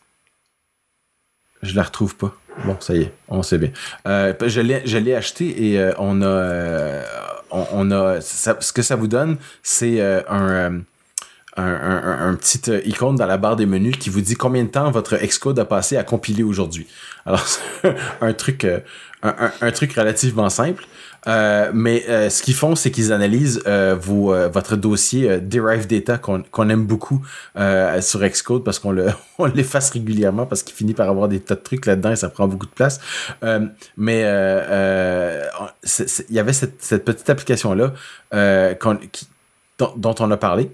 la retrouve pas. Bon, ça y est, on sait bien. Je l'ai acheté et on a ce que ça vous donne, c'est un un petit icône dans la barre des menus qui vous dit combien de temps votre Xcode a passé à compiler aujourd'hui. Alors, c'est un truc relativement simple. Mais ce qu'ils font, c'est qu'ils analysent votre dossier Derived Data qu'on aime beaucoup sur Xcode parce qu'on on l'efface régulièrement parce qu'il finit par avoir des tas de trucs là-dedans et ça prend beaucoup de place. Mais il y avait cette petite application-là dont on a parlé.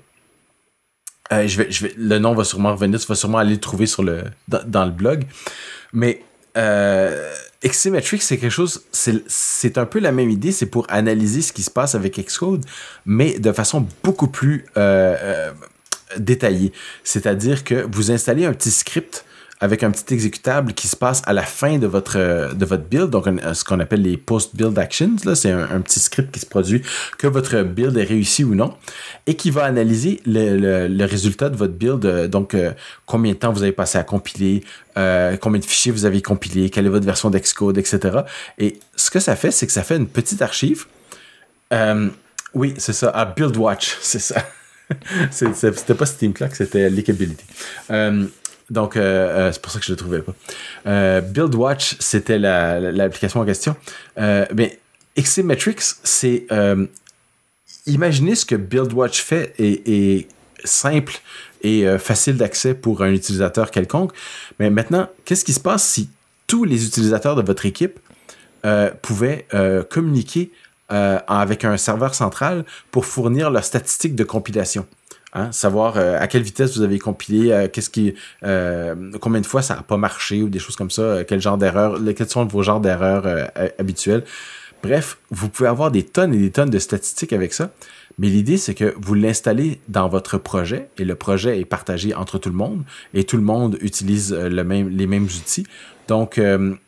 Le nom va sûrement revenir, tu vas sûrement aller le trouver dans le blog. Mais XCmetrics, c'est quelque chose, c'est un peu la même idée, c'est pour analyser ce qui se passe avec Xcode, mais de façon beaucoup plus détaillée. C'est-à-dire que vous installez un petit script avec un petit exécutable qui se passe à la fin de votre build, donc ce qu'on appelle les post-build actions. Là, c'est un petit script qui se produit que votre build est réussi ou non, et qui va analyser le résultat de votre build, donc combien de temps vous avez passé à compiler, combien de fichiers vous avez compilés, quelle est votre version d'Xcode, etc. Et ce que ça fait, c'est que ça fait une petite archive. Oui, c'est ça, à BuildWatch, c'est ça. C'était pas Steam Clock, c'était Leakability. Donc, c'est pour ça que je ne le trouvais pas. BuildWatch, c'était l'application en question. Mais XCmetrics, c'est... imaginez ce que BuildWatch fait est simple et facile d'accès pour un utilisateur quelconque. Mais maintenant, qu'est-ce qui se passe si tous les utilisateurs de votre équipe pouvaient communiquer avec un serveur central pour fournir leurs statistiques de compilation? Hein, savoir à quelle vitesse vous avez compilé, combien de fois ça n'a pas marché ou des choses comme ça, quels sont vos genres d'erreurs habituels. Bref, vous pouvez avoir des tonnes et des tonnes de statistiques avec ça, mais l'idée c'est que vous l'installez dans votre projet et le projet est partagé entre tout le monde et tout le monde utilise les mêmes outils. Donc,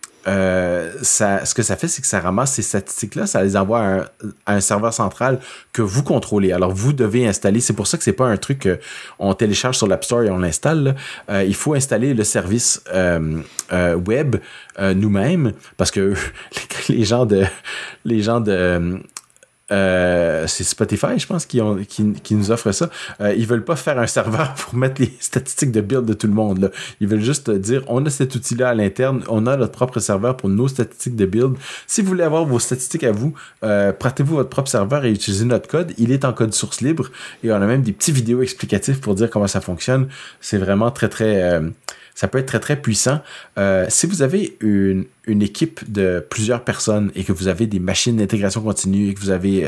ce que ça fait, c'est que ça ramasse ces statistiques-là, ça les envoie à un serveur central que vous contrôlez. Alors, vous devez installer, c'est pour ça que c'est pas un truc qu'on télécharge sur l'App Store et on l'installe. Il faut installer le service web nous-mêmes, parce que les gens de c'est Spotify, je pense, qui nous offre ça. Ils veulent pas faire un serveur pour mettre les statistiques de build de tout le monde, là. Ils veulent juste dire, on a cet outil-là à l'interne, on a notre propre serveur pour nos statistiques de build. Si vous voulez avoir vos statistiques à vous, prêtez-vous votre propre serveur et utilisez notre code. Il est en code source libre et on a même des petits vidéos explicatifs pour dire comment ça fonctionne. C'est vraiment très, très... ça peut être très, très puissant. Si vous avez une équipe de plusieurs personnes et que vous avez des machines d'intégration continue et que vous avez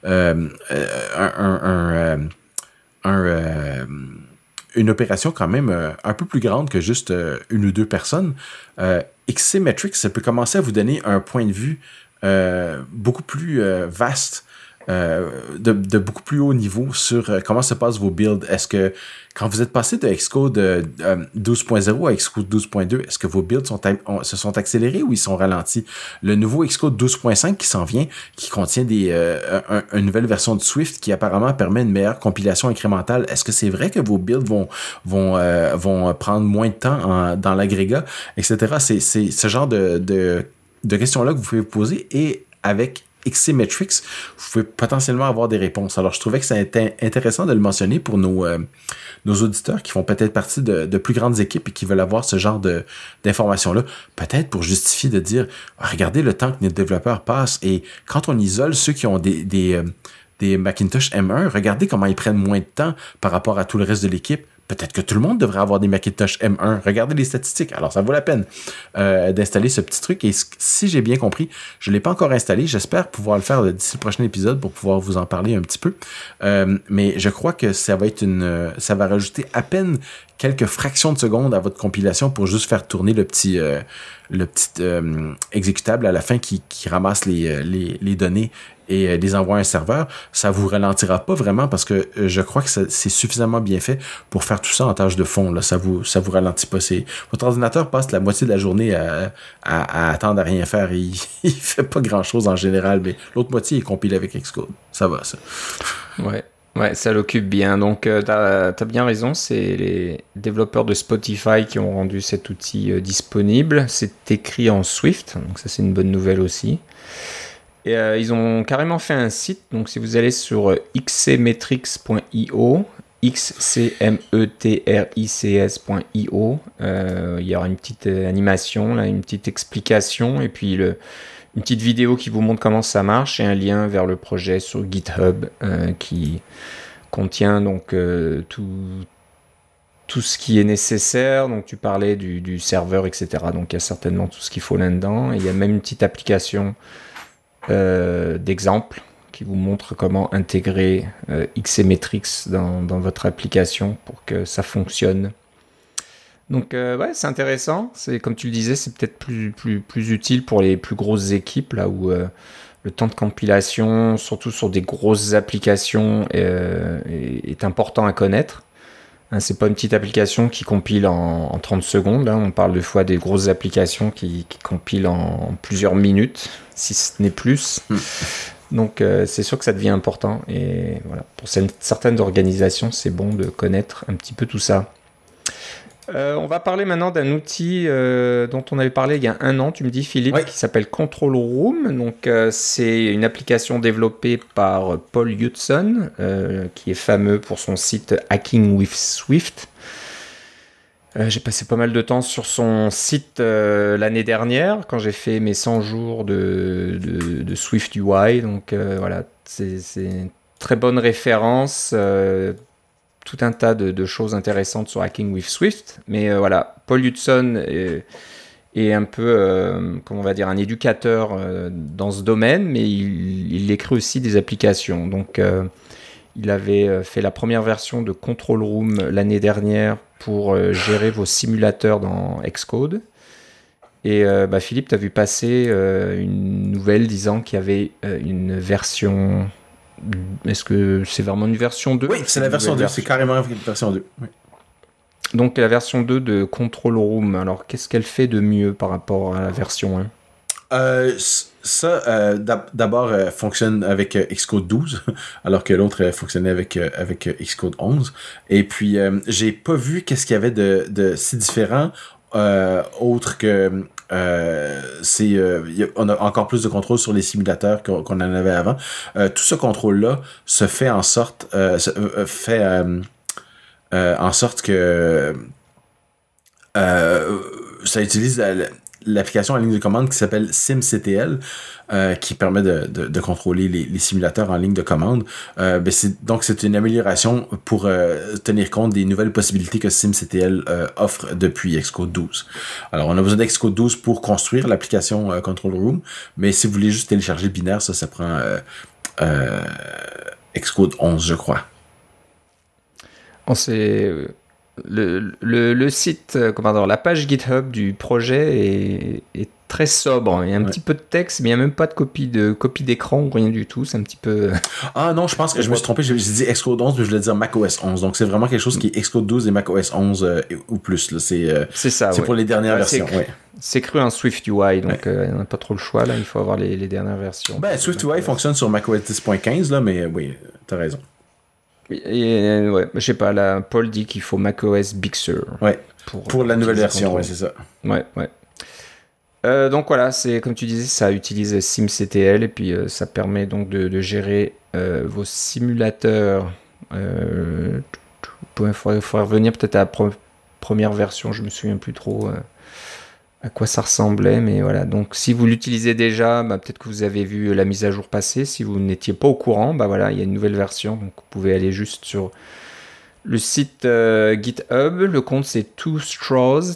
une opération quand même un peu plus grande que juste une ou deux personnes, XCmetrics, ça peut commencer à vous donner un point de vue beaucoup plus vaste, de beaucoup plus haut niveau sur comment se passent vos builds. Est-ce que quand vous êtes passé de Xcode 12.0 à Xcode 12.2, est-ce que vos builds se sont accélérés ou ils sont ralentis? Le nouveau Xcode 12.5 qui s'en vient, qui contient une nouvelle version de Swift qui apparemment permet une meilleure compilation incrémentale, est-ce que c'est vrai que vos builds vont prendre moins de temps dans l'agrégat, etc.? C'est ce genre de questions-là que vous pouvez vous poser, et avec XCmetrics, vous pouvez potentiellement avoir des réponses. Alors, je trouvais que c'était intéressant de le mentionner pour nos auditeurs qui font peut-être partie de plus grandes équipes et qui veulent avoir ce genre d'informations-là. Peut-être pour justifier de dire, regardez le temps que nos développeurs passent, et quand on isole ceux qui ont des Macintosh M1, regardez comment ils prennent moins de temps par rapport à tout le reste de l'équipe. Peut-être que tout le monde devrait avoir des Macintosh M1. Regardez les statistiques. Alors, ça vaut la peine d'installer ce petit truc. Et si j'ai bien compris, je ne l'ai pas encore installé. J'espère pouvoir le faire d'ici le prochain épisode pour pouvoir vous en parler un petit peu. Mais je crois que ça va rajouter à peine quelques fractions de secondes à votre compilation pour juste faire tourner le petit exécutable à la fin qui ramasse les données et les envoie à un serveur. Ça vous ralentira pas vraiment parce que je crois que c'est suffisamment bien fait pour faire tout ça en tâche de fond. Là, ça vous ralentit pas. Votre ordinateur passe la moitié de la journée à attendre à rien faire. Il fait pas grand chose en général, mais l'autre moitié il compile avec Xcode. Ça va, ça. Ouais, ça l'occupe bien. Donc, t'as bien raison. C'est les développeurs de Spotify qui ont rendu cet outil disponible. C'est écrit en Swift, donc ça c'est une bonne nouvelle aussi. Et ils ont carrément fait un site. Donc, si vous allez sur xcmetrics.io, xcmetrics.io. Il y aura une petite animation, là, une petite explication, et puis une petite vidéo qui vous montre comment ça marche, et un lien vers le projet sur GitHub qui contient donc tout ce qui est nécessaire. Donc tu parlais du serveur, etc. Donc il y a certainement tout ce qu'il faut là-dedans. Et il y a même une petite application d'exemple qui vous montre comment intégrer XMetrics dans votre application pour que ça fonctionne. Donc ouais, c'est intéressant. C'est, comme tu le disais, c'est peut-être plus utile pour les plus grosses équipes, là où le temps de compilation, surtout sur des grosses applications, est important à connaître. Hein, c'est pas une petite application qui compile en 30 secondes. Hein. On parle des fois des grosses applications qui compilent en plusieurs minutes, si ce n'est plus. Donc c'est sûr que ça devient important. Et voilà, pour certaines organisations, c'est bon de connaître un petit peu tout ça. On va parler maintenant d'un outil dont on avait parlé il y a un an, tu me dis Philippe, qui s'appelle Control Room. Donc c'est une application développée par Paul Hudson, qui est fameux pour son site Hacking with Swift. J'ai passé pas mal de temps sur son site l'année dernière quand j'ai fait mes 100 jours de Swift UI. Donc voilà, c'est une très bonne référence. Tout un tas de choses intéressantes sur Hacking with Swift. Mais voilà, Paul Hudson est un peu, comment on va dire, un éducateur dans ce domaine, mais il écrit aussi des applications. Donc, il avait fait la première version de Control Room l'année dernière pour gérer vos simulateurs dans Xcode. Et Philippe, tu as vu passer une nouvelle disant qu'il y avait une version... Est-ce que c'est vraiment une version 2 ? Oui, c'est la version 2, c'est carrément une version 2. Oui. Donc la version 2 de Control Room, alors qu'est-ce qu'elle fait de mieux par rapport à la version 1 ? D'abord, fonctionne avec Xcode 12, alors que l'autre fonctionnait avec Xcode 11. Et puis, j'ai pas vu qu'est-ce qu'il y avait de si différent, autre que... on a encore plus de contrôle sur les simulateurs qu'on en avait avant. Tout ce contrôle-là se fait en sorte en sorte que ça utilise l'application en ligne de commande qui s'appelle SimCTL, qui permet de contrôler les simulateurs en ligne de commande. Donc c'est une amélioration pour tenir compte des nouvelles possibilités que SimCTL offre depuis Xcode 12. Alors on a besoin d'Xcode 12 pour construire l'application Control Room, mais si vous voulez juste télécharger le binaire, ça prend Xcode 11, je crois. C'est le site, la page GitHub du projet est très sobre. Il y a un petit peu de texte, mais il n'y a même pas de copie d'écran ou rien du tout. C'est un petit peu... Ah non, je pense que je me suis trompé. J'ai dit Xcode 11, mais je voulais dire macOS 11. Donc c'est vraiment quelque chose qui est Xcode 12 et macOS 11 ou plus. Là. C'est ça, c'est pour les dernières versions. C'est cru en Swift UI, donc on n'a pas trop le choix. Là, il faut avoir les dernières versions. Swift UI fonctionne sur macOS 10.15, là, mais oui, t'as raison. Et, je sais pas, là, Paul dit qu'il faut macOS Big Sur. Ouais, pour la nouvelle version, c'est ça. Ouais. Donc voilà, c'est comme tu disais, ça utilise SimCTL et puis ça permet donc de gérer vos simulateurs. Il faudrait revenir peut-être à la première version, je me souviens plus trop à quoi ça ressemblait, mais voilà. Donc si vous l'utilisez déjà, peut-être que vous avez vu la mise à jour passer. Si vous n'étiez pas au courant, il y a une nouvelle version, donc vous pouvez aller juste sur le site GitHub. Le compte c'est TwoStraws,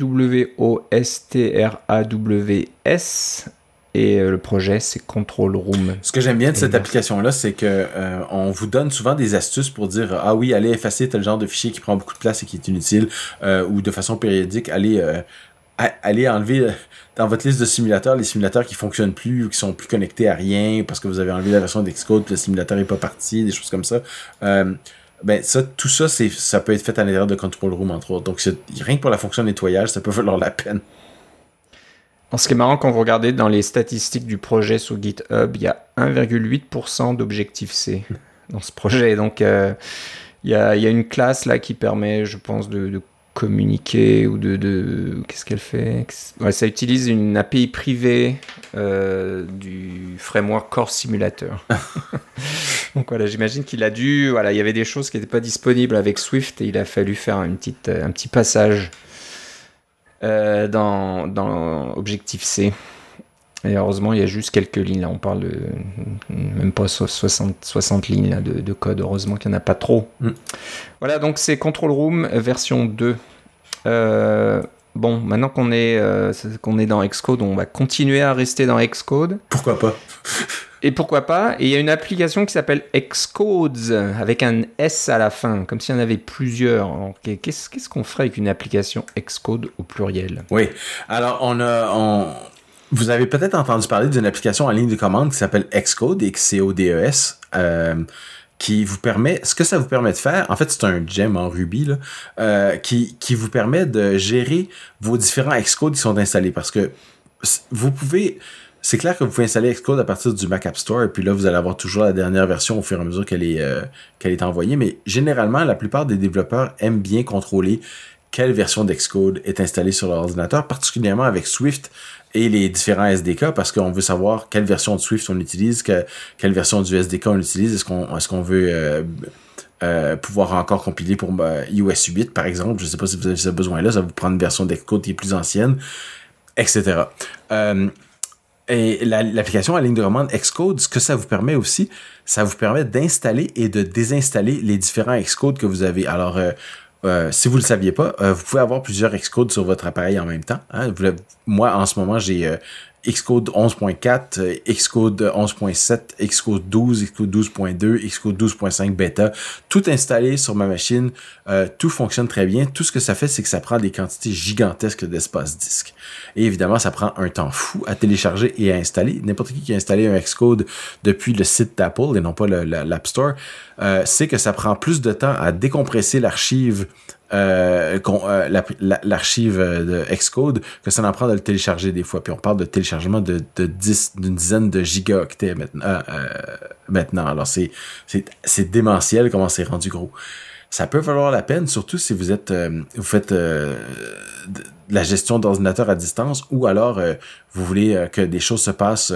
TWOSTRAWS, et le projet c'est Control Room. Ce que j'aime bien de cette application-là, c'est que on vous donne souvent des astuces pour dire ah oui, allez effacer tel genre de fichier qui prend beaucoup de place et qui est inutile, ou de façon périodique, allez enlever dans votre liste de simulateurs les simulateurs qui fonctionnent plus ou qui sont plus connectés à rien parce que vous avez enlevé la version d'Xcode puis le simulateur est pas parti, des choses comme ça. Tout ça, ça peut être fait à l'intérieur de Control Room, entre autres. Donc, rien que pour la fonction nettoyage, ça peut valoir la peine. Alors, ce qui est marrant, quand vous regardez dans les statistiques du projet sur GitHub, il y a 1,8% d'objectifs C dans ce projet. Donc, il y a une classe là qui permet, je pense, de communiquer ou qu'est-ce qu'elle fait? Ouais, ça utilise une API privée du framework Core Simulator. Donc voilà, j'imagine qu'il a dû... Voilà, il y avait des choses qui n'étaient pas disponibles avec Swift et il a fallu faire un petit passage dans Objective-C. Et heureusement, il y a juste quelques lignes. Là, on parle de même pas 60 lignes là, de code. Heureusement qu'il n'y en a pas trop. Voilà, donc c'est Control Room version 2. Bon, maintenant qu'on est dans Xcode, on va continuer à rester dans Xcode. Pourquoi pas? Et pourquoi pas? Et il y a une application qui s'appelle Xcodes, avec un S à la fin, comme s'il y en avait plusieurs. Alors, qu'est-ce qu'on ferait avec une application Xcode au pluriel? Oui, alors vous avez peut-être entendu parler d'une application en ligne de commande qui s'appelle Xcode, Xcodes, qui vous permet, ce que ça vous permet de faire, en fait c'est un gem en Ruby, là, qui vous permet de gérer vos différents Xcode qui sont installés, parce que vous pouvez... C'est clair que vous pouvez installer Xcode à partir du Mac App Store, et puis là, vous allez avoir toujours la dernière version au fur et à mesure qu'elle est envoyée. Mais généralement, la plupart des développeurs aiment bien contrôler quelle version d'Xcode est installée sur leur ordinateur, particulièrement avec Swift et les différents SDK, parce qu'on veut savoir quelle version de Swift on utilise, quelle version du SDK on utilise, est-ce qu'on veut pouvoir encore compiler pour iOS 8, par exemple. Je ne sais pas si vous avez ce besoin-là, ça va vous prendre une version d'Xcode qui est plus ancienne, etc. Et l'application en ligne de commande Xcode, ce que ça vous permet aussi, ça vous permet d'installer et de désinstaller les différents Xcode que vous avez. Alors, si vous ne le saviez pas, vous pouvez avoir plusieurs Xcode sur votre appareil en même temps. Hein. Moi, en ce moment, j'ai Xcode 11.4, Xcode 11.7, Xcode 12, Xcode 12.2, Xcode 12.5 bêta, tout installé sur ma machine, tout fonctionne très bien. Tout ce que ça fait, c'est que ça prend des quantités gigantesques d'espace disque. Et évidemment, ça prend un temps fou à télécharger et à installer. N'importe qui a installé un Xcode depuis le site d'Apple et non pas l'App Store, sait que ça prend plus de temps à décompresser l'archive l'archive de Xcode que ça en prend de le télécharger des fois. Puis on parle de téléchargement d'une dizaine de gigaoctets maintenant. Alors c'est démentiel comment c'est rendu gros. Ça peut valoir la peine, surtout si vous faites de la gestion d'ordinateur à distance, ou alors vous voulez que des choses se passent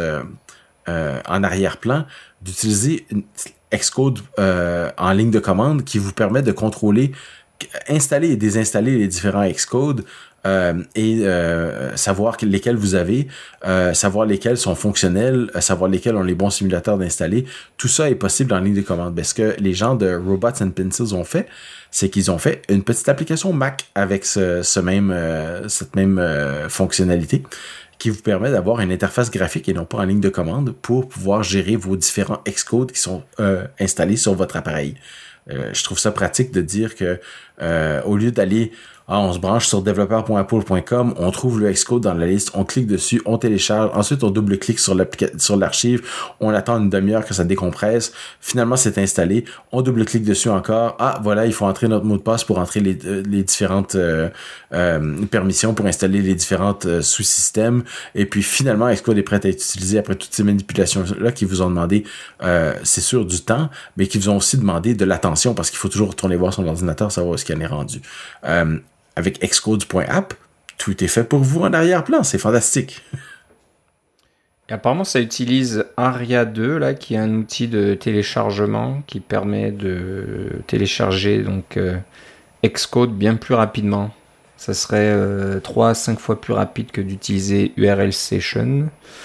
en arrière-plan, d'utiliser Xcode en ligne de commande qui vous permet de contrôler, installer et désinstaller les différents Xcode et savoir lesquels vous avez, savoir lesquels sont fonctionnels, savoir lesquels ont les bons simulateurs d'installer. Tout ça est possible en ligne de commande. Ben, ce que les gens de Robots and Pencils ont fait, c'est qu'ils ont fait une petite application Mac avec cette même fonctionnalité qui vous permet d'avoir une interface graphique et non pas en ligne de commande pour pouvoir gérer vos différents Xcode qui sont installés sur votre appareil. Je trouve ça pratique de dire que au lieu d'aller on se branche sur developer.apple.com, on trouve le Xcode dans la liste, on clique dessus, on télécharge, ensuite on double-clique sur l'archive, on attend une demi-heure que ça décompresse, finalement c'est installé, on double-clique dessus encore, voilà, il faut entrer notre mot de passe pour entrer les différentes permissions, pour installer les différentes sous-systèmes, et puis finalement Xcode est prêt à être utilisé après toutes ces manipulations-là qui vous ont demandé, c'est sûr, du temps, mais qui vous ont aussi demandé de l'attention, parce qu'il faut toujours retourner voir son ordinateur, savoir où est-ce qu'il en est rendu. Avec Xcodes.app, tout est fait pour vous en arrière-plan. C'est fantastique. Et apparemment, ça utilise Aria 2, là, qui est un outil de téléchargement qui permet de télécharger donc, Xcode bien plus rapidement. Ça serait 3 à 5 fois plus rapide que d'utiliser URL Session.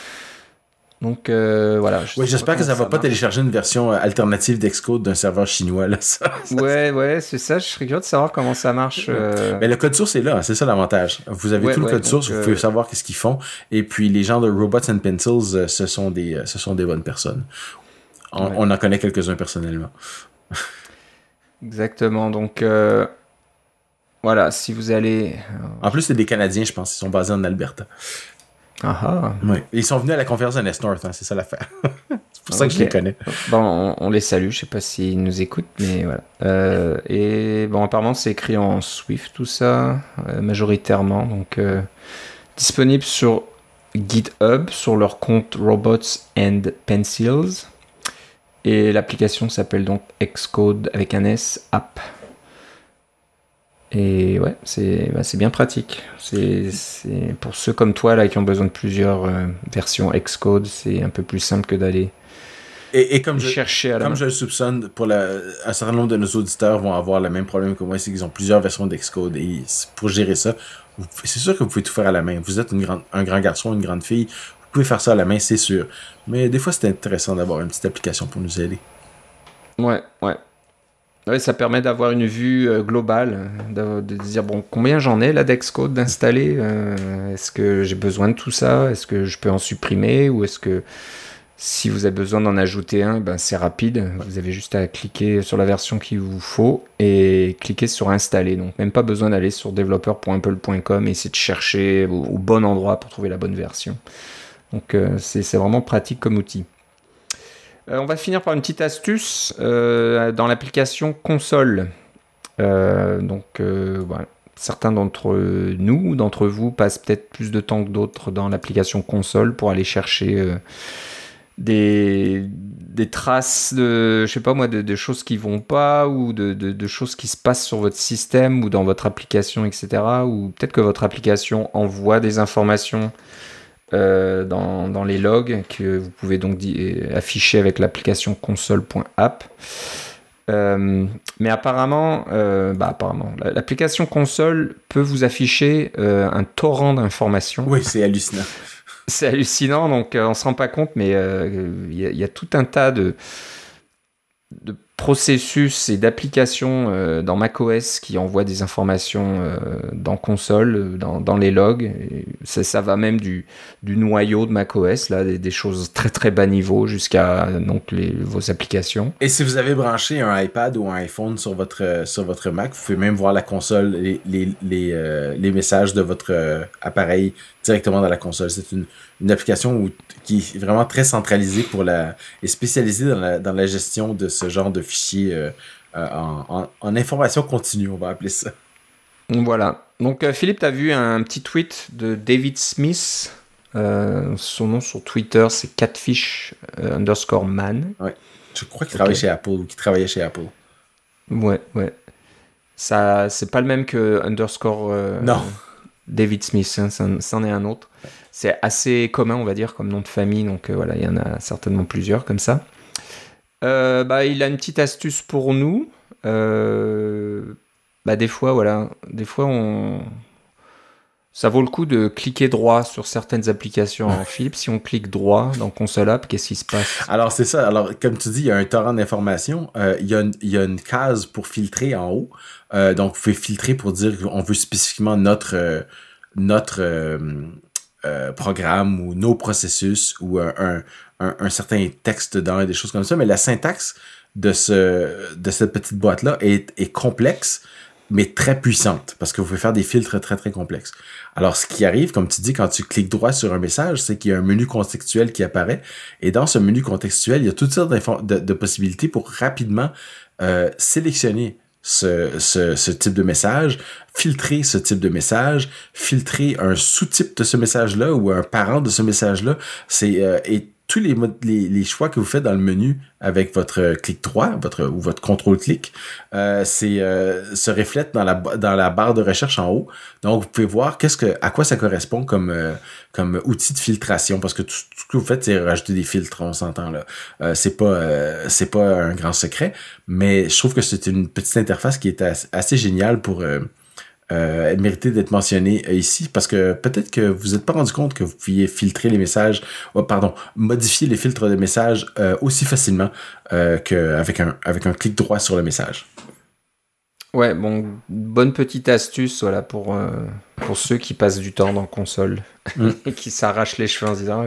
Donc voilà. Oui, j'espère que ça va pas télécharger une version alternative d'Xcode d'un serveur chinois. Là, ouais, c'est ça. Je serais curieux de savoir comment ça marche. Mais le code source est là, c'est ça l'avantage. Vous avez tout le code source, vous pouvez savoir qu'est-ce qu'ils font. Et puis les gens de Robots and Pencils, ce sont des bonnes personnes. On en connaît quelques-uns personnellement. Exactement. Donc voilà, si vous allez. En plus, c'est des Canadiens, je pense. Ils sont basés en Alberta. Ah. Oui. Ils sont venus à la conférence de North, hein, c'est ça l'affaire. C'est pour ça que je les connais. Bon, on les salue, je sais pas s'ils nous écoutent, mais voilà. Et bon, apparemment c'est écrit en Swift tout ça, majoritairement, donc disponible sur GitHub, sur leur compte Robots and Pencils, et l'application s'appelle donc Xcode avec un S App. Et ouais, c'est bien pratique. C'est pour ceux comme toi là qui ont besoin de plusieurs versions Xcode, c'est un peu plus simple que d'aller comme chercher à la comme je le soupçonne, un certain nombre de nos auditeurs vont avoir le même problème que moi, c'est qu'ils ont plusieurs versions d'Xcode. Et pour gérer ça, c'est sûr que vous pouvez tout faire à la main. Vous êtes un grand garçon, une grande fille, vous pouvez faire ça à la main, c'est sûr. Mais des fois, c'est intéressant d'avoir une petite application pour nous aider. Ouais. Ouais, ça permet d'avoir une vue globale, de dire bon, combien j'en ai là d'Xcode d'installer, est-ce que j'ai besoin de tout ça, est-ce que je peux en supprimer, ou est-ce que si vous avez besoin d'en ajouter un, ben c'est rapide, vous avez juste à cliquer sur la version qu'il vous faut et cliquer sur installer, donc même pas besoin d'aller sur developer.apple.com et essayer de chercher au bon endroit pour trouver la bonne version. Donc c'est vraiment pratique comme outil. On va finir par une petite astuce dans l'application console. Voilà. Certains d'entre nous ou d'entre vous passent peut-être plus de temps que d'autres dans l'application console pour aller chercher des traces de, je sais pas moi, de choses qui vont pas, ou de choses qui se passent sur votre système ou dans votre application, etc. Ou peut-être que votre application envoie des informations dans les logs que vous pouvez donc afficher avec l'application console.app. Mais apparemment, l'application console peut vous afficher un torrent d'informations. Oui, c'est hallucinant. C'est hallucinant, donc on se rend pas compte, mais il y a tout un tas de processus et d'applications dans macOS qui envoient des informations dans console, dans les logs. Et ça va même du noyau de macOS, là, des choses très très bas niveau jusqu'à donc vos applications. Et si vous avez branché un iPad ou un iPhone sur votre Mac, vous pouvez même voir la console, les messages de votre appareil directement dans la console. C'est une application qui est vraiment très centralisée et spécialisée dans la gestion de ce genre de fichiers en information continue, on va appeler ça. Voilà. Donc Philippe, tu as vu un petit tweet de David Smith. Son nom sur Twitter, c'est catfish_man. Ouais. Je crois qu'il travaille chez Apple ou qu'il travaillait chez Apple. Ouais. Ça, c'est pas le même que non. David Smith, hein, c'en est un autre. C'est assez commun, on va dire, comme nom de famille, donc voilà, il y en a certainement plusieurs comme ça. Il a une petite astuce pour nous. Des fois, ça vaut le coup de cliquer droit sur certaines applications. Alors, Philippe, si on clique droit dans Console App, qu'est-ce qui se passe? Alors, c'est ça. Alors, comme tu dis, il y a un torrent d'informations. Il y a une case pour filtrer en haut. Donc, vous pouvez filtrer pour dire qu'on veut spécifiquement notre programme ou nos processus ou un certain texte dedans et des choses comme ça. Mais la syntaxe de cette petite boîte-là est complexe, mais très puissante, parce que vous pouvez faire des filtres très, très complexes. Alors, ce qui arrive, comme tu dis, quand tu cliques droit sur un message, c'est qu'il y a un menu contextuel qui apparaît, et dans ce menu contextuel, il y a toutes sortes de possibilités pour rapidement sélectionner ce type de message, filtrer ce type de message, filtrer un sous-type de ce message-là ou un parent de ce message-là. Et tous les choix que vous faites dans le menu avec votre clic droit, ou votre contrôle-clic, se reflète dans la barre de recherche en haut. Donc, vous pouvez voir à quoi ça correspond comme outil de filtration, parce que tout ce que vous faites, c'est rajouter des filtres, on s'entend là. C'est pas un grand secret, mais je trouve que c'est une petite interface qui est assez géniale pour mériter d'être mentionné ici, parce que peut-être que vous n'êtes pas rendu compte que vous pouviez filtrer les messages, modifier les filtres de messages aussi facilement qu'avec un clic droit sur le message. Ouais, bon, bonne petite astuce, voilà, pour ceux qui passent du temps dans console et qui s'arrachent les cheveux en se disant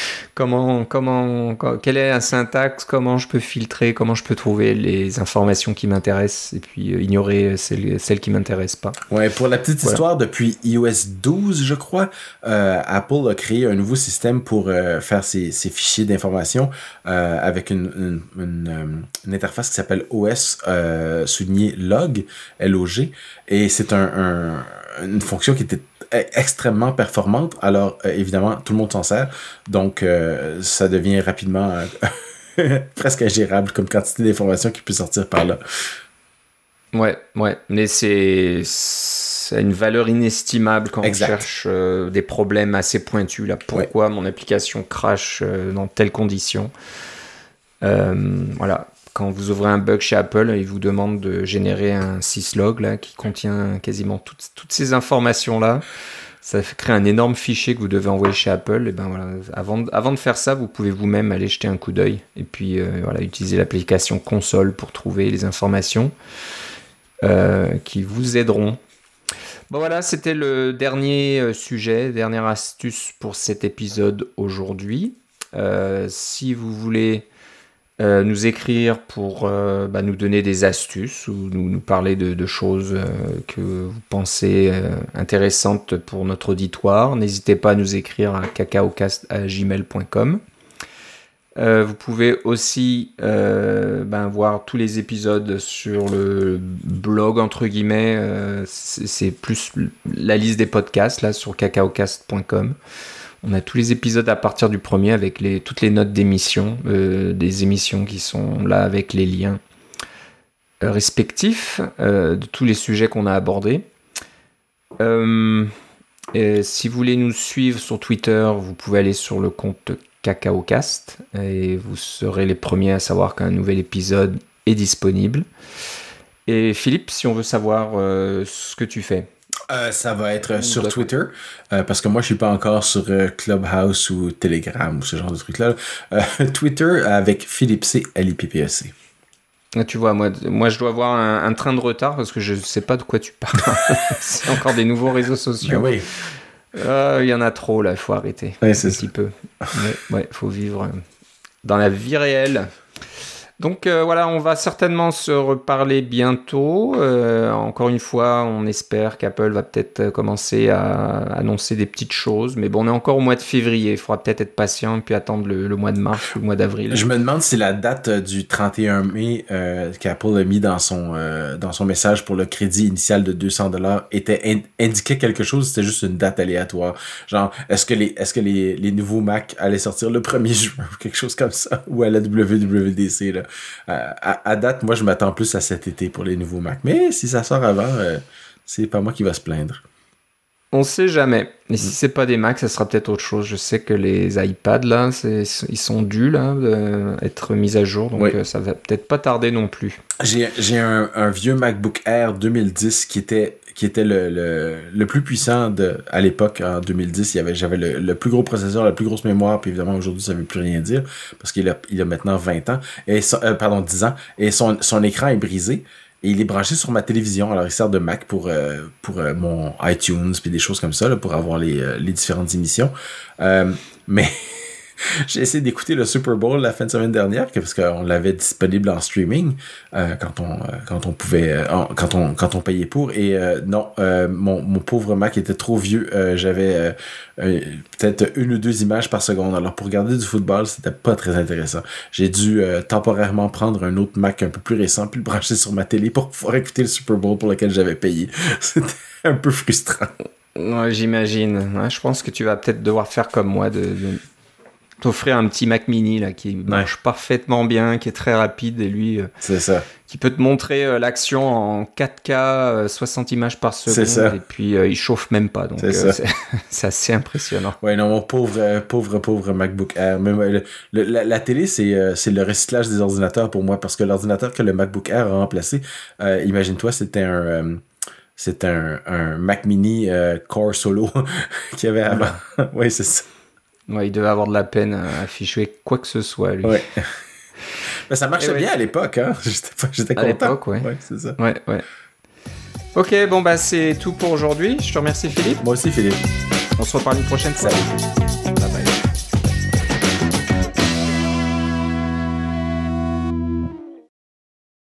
quelle est la syntaxe, comment je peux filtrer, comment je peux trouver les informations qui m'intéressent et puis ignorer celles qui m'intéressent pas. Ouais, pour la petite histoire, depuis iOS 12, je crois, Apple a créé un nouveau système pour faire ses fichiers d'information avec une interface qui s'appelle OS souligné log, LOG, et c'est une fonction qui était extrêmement performante. Alors, évidemment, tout le monde s'en sert. Donc, ça devient rapidement presque ingérable comme quantité d'informations qui peut sortir par là. Ouais, mais ça a une valeur inestimable quand Exact. on cherche des problèmes assez pointus. Là, pourquoi mon application crash dans telles conditions. Voilà. Quand vous ouvrez un bug chez Apple, il vous demande de générer un syslog là, qui contient quasiment toutes ces informations-là. Ça crée un énorme fichier que vous devez envoyer chez Apple. Et ben voilà, avant de faire ça, vous pouvez vous-même aller jeter un coup d'œil et puis voilà, utiliser l'application console pour trouver les informations qui vous aideront. Bon voilà, c'était le dernier sujet, dernière astuce pour cet épisode aujourd'hui. Si vous voulez nous écrire pour nous donner des astuces ou nous parler de choses que vous pensez intéressantes pour notre auditoire, n'hésitez pas à nous écrire à cacaocast@gmail.com. Vous pouvez aussi voir tous les épisodes sur le blog, entre guillemets. C'est plus la liste des podcasts là, sur cacaocast.com. On a tous les épisodes à partir du premier avec toutes les notes d'émission, des émissions qui sont là avec les liens respectifs de tous les sujets qu'on a abordés. Et si vous voulez nous suivre sur Twitter, vous pouvez aller sur le compte CacaoCast et vous serez les premiers à savoir qu'un nouvel épisode est disponible. Et Philippe, si on veut savoir ce que tu fais, ça va être sur Twitter, parce que moi, je suis pas encore sur Clubhouse ou Telegram ou ce genre de trucs-là. Twitter avec Philippe C, L-I-P-P-E-C. Tu vois, moi, je dois avoir un train de retard parce que je sais pas de quoi tu parles. C'est encore des nouveaux réseaux sociaux. Ben oui. Il y en a trop, là, il faut arrêter. Ouais, c'est un ça. petit peu. Ouais, faut vivre dans la vie réelle. Donc voilà, on va certainement se reparler bientôt. Encore une fois, on espère qu'Apple va peut-être commencer à annoncer des petites choses. Mais bon, on est encore au mois de février. Il faudra peut-être être patient et puis attendre le mois de mars ou le mois d'avril. Je me demande si la date du 31 mai qu'Apple a mis dans son message pour le crédit initial de $200 indiquait quelque chose, c'était juste une date aléatoire. Genre, est-ce que les nouveaux Mac allaient sortir le 1er juin ou quelque chose comme ça, ou à la WWDC, là. À date, moi, je m'attends plus à cet été pour les nouveaux Mac. Mais si ça sort avant, c'est pas moi qui va se plaindre. On sait jamais. Et si c'est pas des Macs, ça sera peut-être autre chose. Je sais que les iPads, là, ils sont dus là, d'être mis à jour. Donc ça va peut-être pas tarder non plus. J'ai un vieux MacBook Air 2010 qui était le plus puissant à l'époque. En 2010, j'avais le plus gros processeur, la plus grosse mémoire, puis évidemment aujourd'hui ça veut plus rien dire parce qu'il a maintenant 20 ans et 10 ans, et son écran est brisé et il est branché sur ma télévision. Alors il sert de Mac pour mon iTunes puis des choses comme ça là, pour avoir les différentes émissions, mais j'ai essayé d'écouter le Super Bowl la fin de semaine dernière parce qu'on l'avait disponible en streaming quand on pouvait quand on payait pour, et non, mon pauvre Mac était trop vieux. J'avais peut-être 1 ou 2 images par seconde. Alors pour regarder du football, c'était pas très intéressant. J'ai dû temporairement prendre un autre Mac un peu plus récent puis le brancher sur ma télé pour pouvoir écouter le Super Bowl pour lequel j'avais payé. C'était un peu frustrant. Ouais, j'imagine. Ouais, je pense que tu vas peut-être devoir faire comme moi de t'offrir un petit Mac mini là qui marche parfaitement bien, qui est très rapide, et lui c'est ça, qui peut te montrer l'action en 4K 60 images par seconde, et puis il chauffe même pas, donc c'est assez impressionnant. Ouais, non, mon pauvre MacBook Air. Même la télé, c'est le recyclage des ordinateurs pour moi, parce que l'ordinateur que le MacBook Air a remplacé, imagine-toi, c'était un Mac Mini Core Solo qu'il y avait avant. Ouais, c'est ça. Ouais, il devait avoir de la peine à afficher quoi que ce soit, lui. Ouais. Ben, ça marchait bien à l'époque, hein. J'étais content. À l'époque, ouais. Ouais, c'est ça. Ouais. Ok, bon, bah, c'est tout pour aujourd'hui. Je te remercie, Philippe. Moi aussi, Philippe. On se reparle une prochaine fois. Salut.